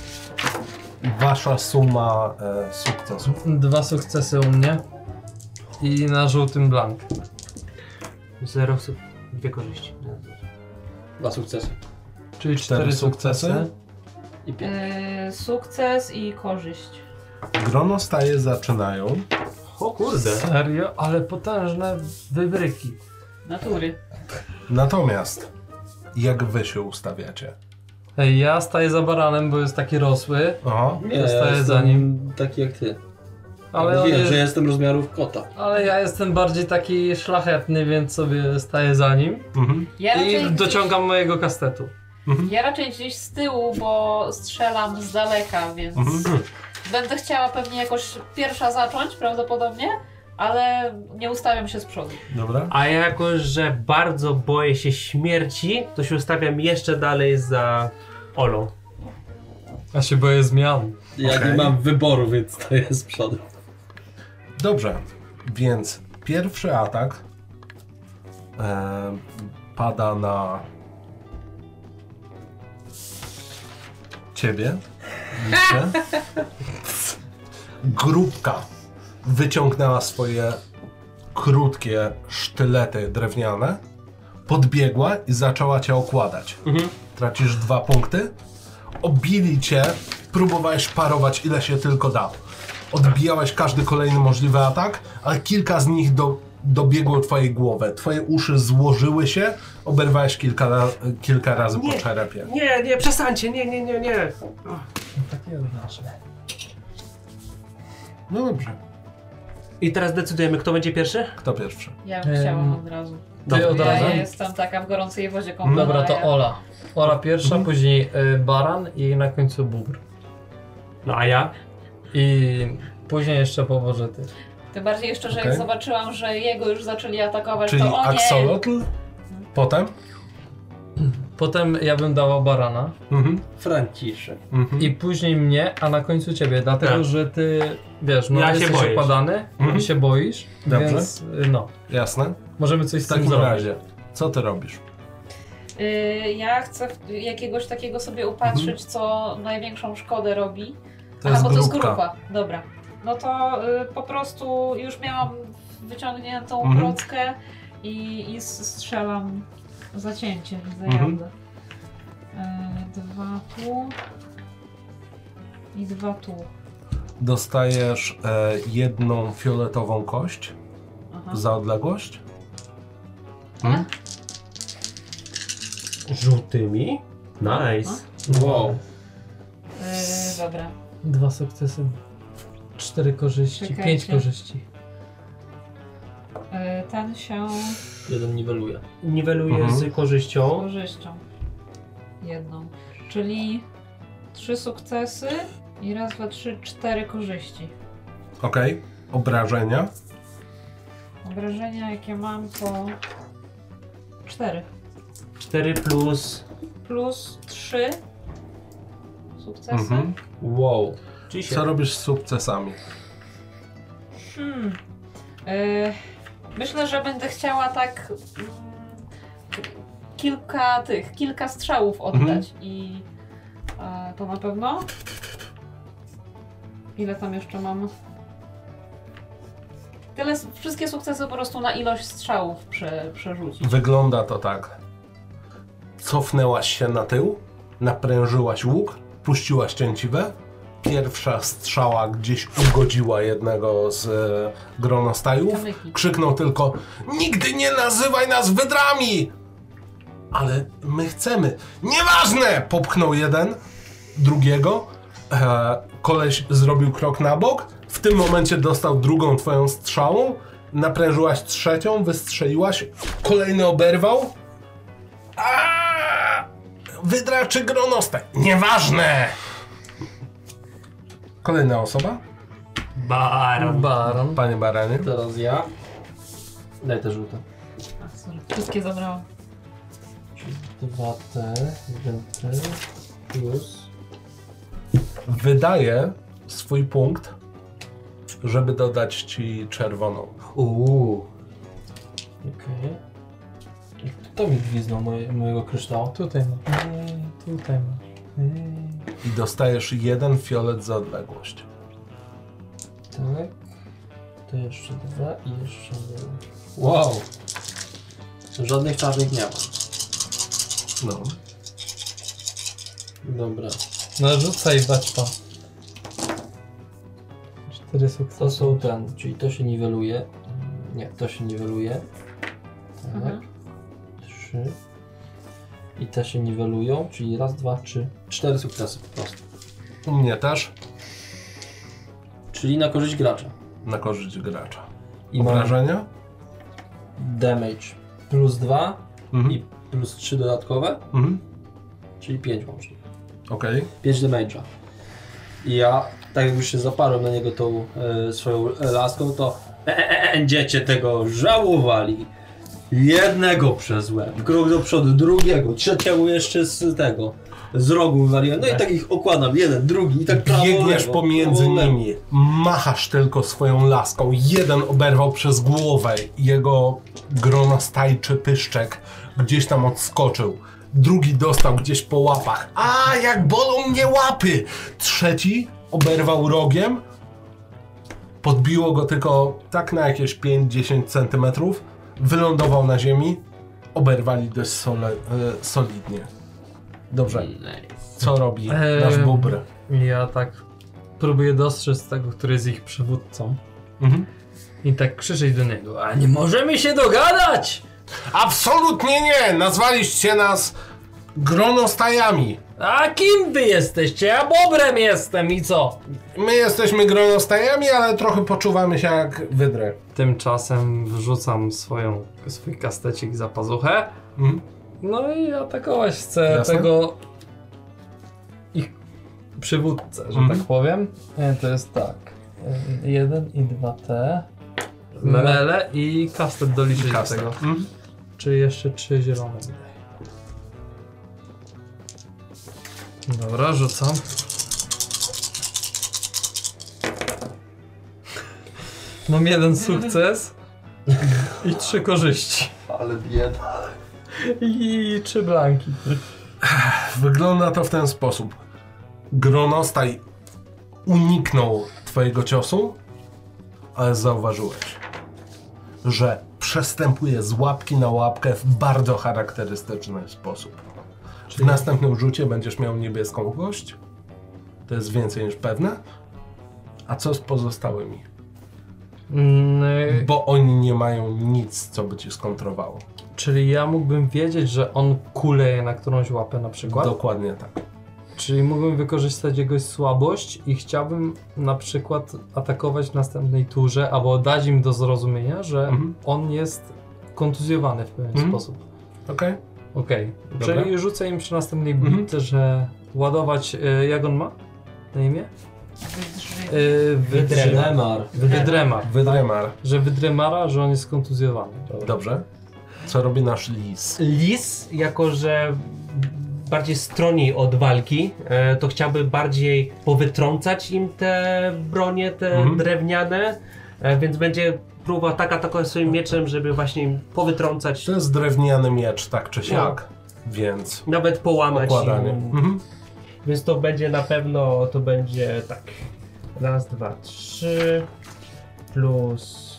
A: Wasza suma e, sukcesów.
B: Dwa sukcesy u mnie. I na żółtym blank.
D: Zero, su- dwie korzyści.
C: Dwa sukcesy.
B: Czyli
A: Cztery
B: cztery
A: sukcesy.
B: sukcesy.
C: I pięć.
E: Yy, sukces i korzyść.
A: Gronostaje zaczynają.
D: O kurde.
B: Serio? Ale potężne wybryki.
E: Natury.
A: Natomiast jak wy się ustawiacie?
B: Ej, ja staję za baranem, bo jest taki rosły.
A: Aha.
C: Nie,
B: ja
C: ja
B: staję
C: jestem
B: za nim.
C: taki jak ty.
B: Ale,
C: Ale
B: on
C: wiem,
B: jest,
C: że jestem rozmiarów kota.
B: ale ja jestem bardziej taki szlachetny, więc sobie staję za nim.
A: Mhm.
E: Ja raczej,
B: I
E: gdzieś,
B: dociągam mojego kastetu.
E: ja raczej gdzieś z tyłu, bo strzelam z daleka, więc
A: Mhm.
E: będę chciała pewnie jakoś pierwsza zacząć prawdopodobnie, ale nie ustawiam się z przodu.
A: Dobra.
D: A ja jako, że bardzo boję się śmierci, to się ustawiam jeszcze dalej za Olą.
B: Ja się boję zmian.
C: Ja
A: Okej.
C: nie mam wyboru, więc to jest z przodu.
A: Dobrze, więc pierwszy atak e, pada na ciebie. Widzicie? Grupka wyciągnęła swoje krótkie sztylety drewniane, podbiegła i zaczęła cię okładać.
D: Mhm.
A: Tracisz dwa punkty. Obili cię, próbowałeś parować ile się tylko da. Odbijałeś każdy kolejny możliwy atak, ale kilka z nich do, dobiegło twojej głowy. Twoje uszy złożyły się, oberwałeś kilka, ra- kilka razy
D: Nie.
A: po czerepie.
D: Nie, nie, przestańcie, nie, nie, nie, nie.
B: Takie nasze.
A: No dobrze,
D: I teraz decydujemy, kto będzie pierwszy?
A: kto pierwszy?
E: Ja bym
B: Em,
E: chciała od razu.
B: Ty od
E: Ja,
B: razu?
E: ja jestem taka w gorącej wodzie kąpiela.
B: Dobra, to
E: ja-
B: Ola. Ola pierwsza,
A: Mhm.
B: później y, baran i na końcu bóbr.
D: No a ja?
B: I później jeszcze położę ty.
E: Tym bardziej jeszcze, że
A: Okej.
E: jak zobaczyłam, że jego już zaczęli atakować,
A: Czyli
E: to o nie.
A: axolotl, potem?
B: Potem ja bym dała barana.
A: Mhm.
C: Franciszek.
A: Mhm.
B: I później mnie, a na końcu ciebie, dlatego
D: Tak.
B: że ty, wiesz, no
D: Ja się
B: jesteś
D: boję.
B: okładany
A: Mhm.
B: i się boisz,
A: Dobrze.
B: więc y, no,
A: Jasne.
B: możemy coś
A: W
B: z tym
A: takim
B: zrobić.
A: razie, co ty robisz?
E: Y, ja chcę w- jakiegoś takiego sobie upatrzyć, co największą szkodę robi.
A: To
E: Aha,
A: jest
E: bo to jest
A: grupka.
E: grupa. Dobra. No to y, po prostu już miałam wyciągniętą
A: Mhm.
E: prockę i, i s- strzelam zacięcie, widzę
A: Mhm.
E: jazdę. Y, dwa tu i dwa tu.
A: Dostajesz e, jedną fioletową kość
E: Aha.
A: za odległość.
E: A?
D: Żółtymi? Nice.
C: Wow.
E: Y, dobra.
B: Dwa sukcesy, cztery korzyści,
E: Czekajcie.
B: pięć korzyści.
E: Y, ten się
C: Jeden niweluje.
D: Niweluję
A: Mhm.
D: z korzyścią.
E: korzyścią. Jedną. Czyli trzy sukcesy i raz, dwa, trzy, cztery korzyści.
A: Okej. Obrażenia.
E: Obrażenia jakie mam to cztery.
D: cztery plus...
E: Plus trzy sukcesy.
A: Mhm.
C: Wow.
D: Czyli
A: Co
D: się...
A: robisz z sukcesami?
E: Hmm. Y, myślę, że będę chciała tak mm, kilka tych, kilka strzałów oddać
A: Mhm.
E: i e, to na pewno. Ile tam jeszcze mam? Tyle, wszystkie sukcesy po prostu na ilość strzałów prze, przerzucić.
A: Wygląda to tak. Cofnęłaś się na tył, naprężyłaś łuk, puściłaś cięciwę. Pierwsza strzała gdzieś ugodziła jednego z e, gronostajów.
E: Kamyki.
A: Krzyknął tylko: nigdy nie nazywaj nas wydrami! Ale my chcemy. Nieważne! Popchnął jeden drugiego. E, koleś zrobił krok na bok. W tym momencie dostał drugą twoją strzałą. Naprężyłaś trzecią, wystrzeliłaś. Kolejny oberwał. Aaaa! Wydra czy gronostaj? Nieważne! Kolejna osoba.
D: Baron.
B: Baron.
A: Panie Baranie.
C: Teraz ja. Daj te żółte.
E: A, sorry, wszystkie zabrałam.
C: Dwa te, jeden te, plus...
A: Wydaje swój punkt, żeby dodać ci czerwoną.
C: Uuu. Okej. Okay. Kto mi gwizdnął moje, mojego kryształu?
B: Tutaj ma. Tutaj ma.
A: I dostajesz jeden fiolet za odległość.
C: Tak. To jeszcze dwa i jeszcze jeden. Wow! Żadnych czarnych nie ma.
A: No.
C: Dobra.
B: No rzucaj baczpa. Cztery sukcesy.
C: To są ten, czyli to się niweluje. Nie, to się niweluje. Tak.
E: Mhm.
C: Trzy. I te się niwelują, czyli raz, dwa, trzy. Cztery sukcesy po prostu.
A: U mnie też
C: Czyli na korzyść gracza.
A: na korzyść gracza.
C: I mam
A: Obrażenia?
C: damage plus dwa
A: Mhm.
C: i plus trzy dodatkowe,
A: Mhm.
C: czyli pięć łącznie.
A: Okej.
C: pięć damage'a. I ja, tak jak już się zaparłem na niego tą e, swoją e, laską, to e, e, będziecie tego żałowali. Jednego przez łeb, krok do przodu, drugiego, trzeciego jeszcze z tego, z rogu wywaliłem. No i tak ich okładam, jeden, drugi i tak prawo,
A: Biegniesz
C: lewo,
A: pomiędzy
C: prawo, lewo.
A: nimi, machasz tylko swoją laską. Jeden oberwał przez głowę, jego gronostajczy pyszczek gdzieś tam odskoczył. Drugi dostał gdzieś po łapach. A, jak bolą mnie łapy! Trzeci oberwał rogiem. Podbiło go tylko tak na jakieś pięć dziesięć centymetrów. Wylądował na ziemi. Oberwali dość sole, e, solidnie. Dobrze. Co robi
B: Eee,
A: nasz bubr?
B: Ja tak próbuję dostrzec tego, który jest ich przywódcą.
A: Mhm.
B: I tak krzyczeć do niego, a nie możemy się dogadać!
A: Absolutnie nie! Nazwaliście nas gronostajami.
B: A kim wy jesteście? Ja bobrem jestem i co?
A: My jesteśmy gronostajami, ale trochę poczuwamy się jak wydry.
B: Tymczasem wrzucam swoją, swój kastecik za pazuchę.
A: Mhm.
B: No i atakować chcę
A: Jasne.
B: tego ich przywódcę, że
A: Mhm.
B: tak powiem. E, To jest tak. e, Jeden i dwa T. Mele i kastet doliczyć do
A: Kastet.
B: tego.
A: Mhm.
B: Czy jeszcze trzy zielone wydaje. Dobra, rzucam. Mam jeden sukces i trzy korzyści.
C: Ale bieda.
B: I trzy blanki.
A: Wygląda to w ten sposób. Gronostaj uniknął twojego ciosu, ale zauważyłeś, że przestępuje z łapki na łapkę w bardzo charakterystyczny sposób. W następnym rzucie będziesz miał niebieską kość. To jest więcej niż pewne. A co z pozostałymi?
B: Mm,
A: Bo oni nie mają nic, co by ci skontrowało.
B: czyli ja mógłbym wiedzieć, że on kuleje na którąś łapę na przykład.
A: Dokładnie tak.
B: Czyli mógłbym wykorzystać jego słabość i chciałbym na przykład atakować w następnej turze, albo dać im do zrozumienia, że
A: Mhm.
B: on jest kontuzjowany w pewien
A: Mhm.
B: sposób.
A: Okej?
B: Okej.
A: Dobra.
B: Czyli rzucę im przy następnej
A: Mhm.
B: bitce, że ładować... Y, jak on ma na imię? Y,
C: Wydremar.
B: Wydremar.
A: Wydremar.
B: Że Wydremara, że on jest kontuzjowany.
A: Dobrze. Co robi nasz lis?
D: Lis, jako że bardziej stroni od walki, e, to chciałby bardziej powytrącać im te bronie, te
A: Mhm.
D: drewniane, e, więc będzie próbował tak atakować swoim mieczem, żeby właśnie im powytrącać,
A: To jest drewniany miecz, tak czy siak, więc
D: nawet połamać
A: układanie.
D: im.
A: Mhm.
D: Więc to będzie na pewno, to będzie tak, raz, dwa, trzy, plus...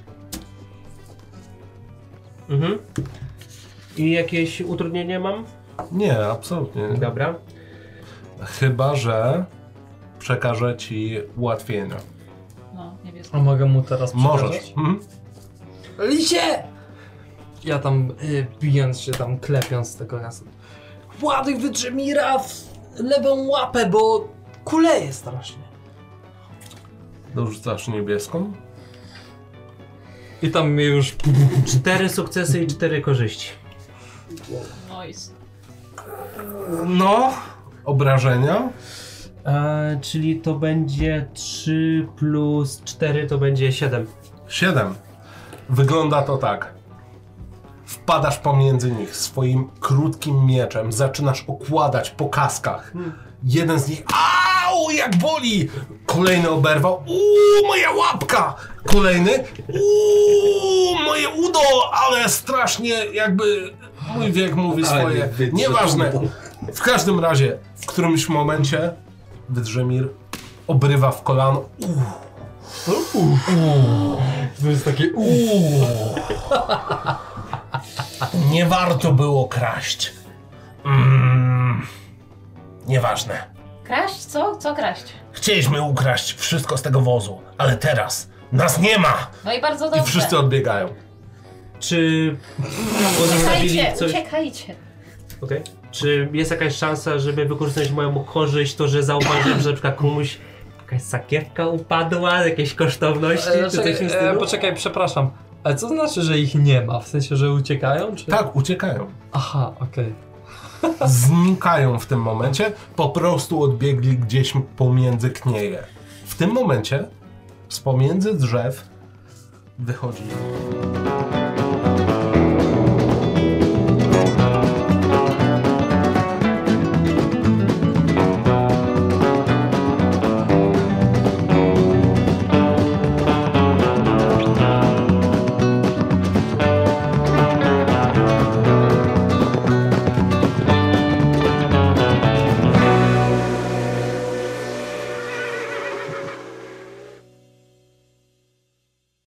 D: Mhm. I jakieś utrudnienie mam?
A: Nie, absolutnie.
D: Dobra.
A: Chyba że przekażę ci ułatwienia.
E: No, niebieską.
B: A mogę mu teraz
A: Możesz.
B: przekazać?
A: Mhm.
B: Lisie! Ja tam y, bijąc się tam, klepiąc tego razu. Ładuj Wydrzemira w lewą łapę, bo kuleje strasznie.
A: Dorzucasz niebieską.
B: I tam mnie już...
D: Cztery sukcesy i cztery korzyści.
E: Nice.
A: No, obrażenia.
D: E, czyli to będzie trzy plus cztery to będzie siedem.
A: Siedem. Wygląda to tak. Wpadasz pomiędzy nich swoim krótkim mieczem, zaczynasz okładać po kaskach. Jeden z nich, au, jak boli! Kolejny oberwał, uuu, moja łapka! Kolejny, uuu, moje udo, ale strasznie jakby mój wiek mówi
C: Ale
A: swoje.
C: wydrze-
A: Nieważne. W każdym razie, w którymś momencie Wydrzemir obrywa w kolano. Uuu.
B: To jest takie
A: Uuu. Nie warto było kraść. Mm, nieważne.
E: Kraść? Co? Co kraść?
A: Chcieliśmy ukraść wszystko z tego wozu, ale teraz nas nie ma!
E: No i bardzo
A: I
E: dobrze.
A: wszyscy odbiegają.
D: Czy może zrobili
E: Uciekajcie,
D: coś?
E: uciekajcie.
D: Okej. Czy jest jakaś szansa, żeby wykorzystać moją korzyść, to, że zauważyłem, że na przykład komuś jakaś sakiewka upadła, jakieś kosztowności,
B: E,
D: czy coś w tym
B: e,
D: stylu?
B: poczekaj, przepraszam. Ale co znaczy, że ich nie ma? W sensie, że uciekają? Czy...
A: Tak, uciekają.
B: Aha, okej.
A: Znikają w tym momencie, po prostu odbiegli gdzieś pomiędzy knieje. W tym momencie z pomiędzy drzew wychodzi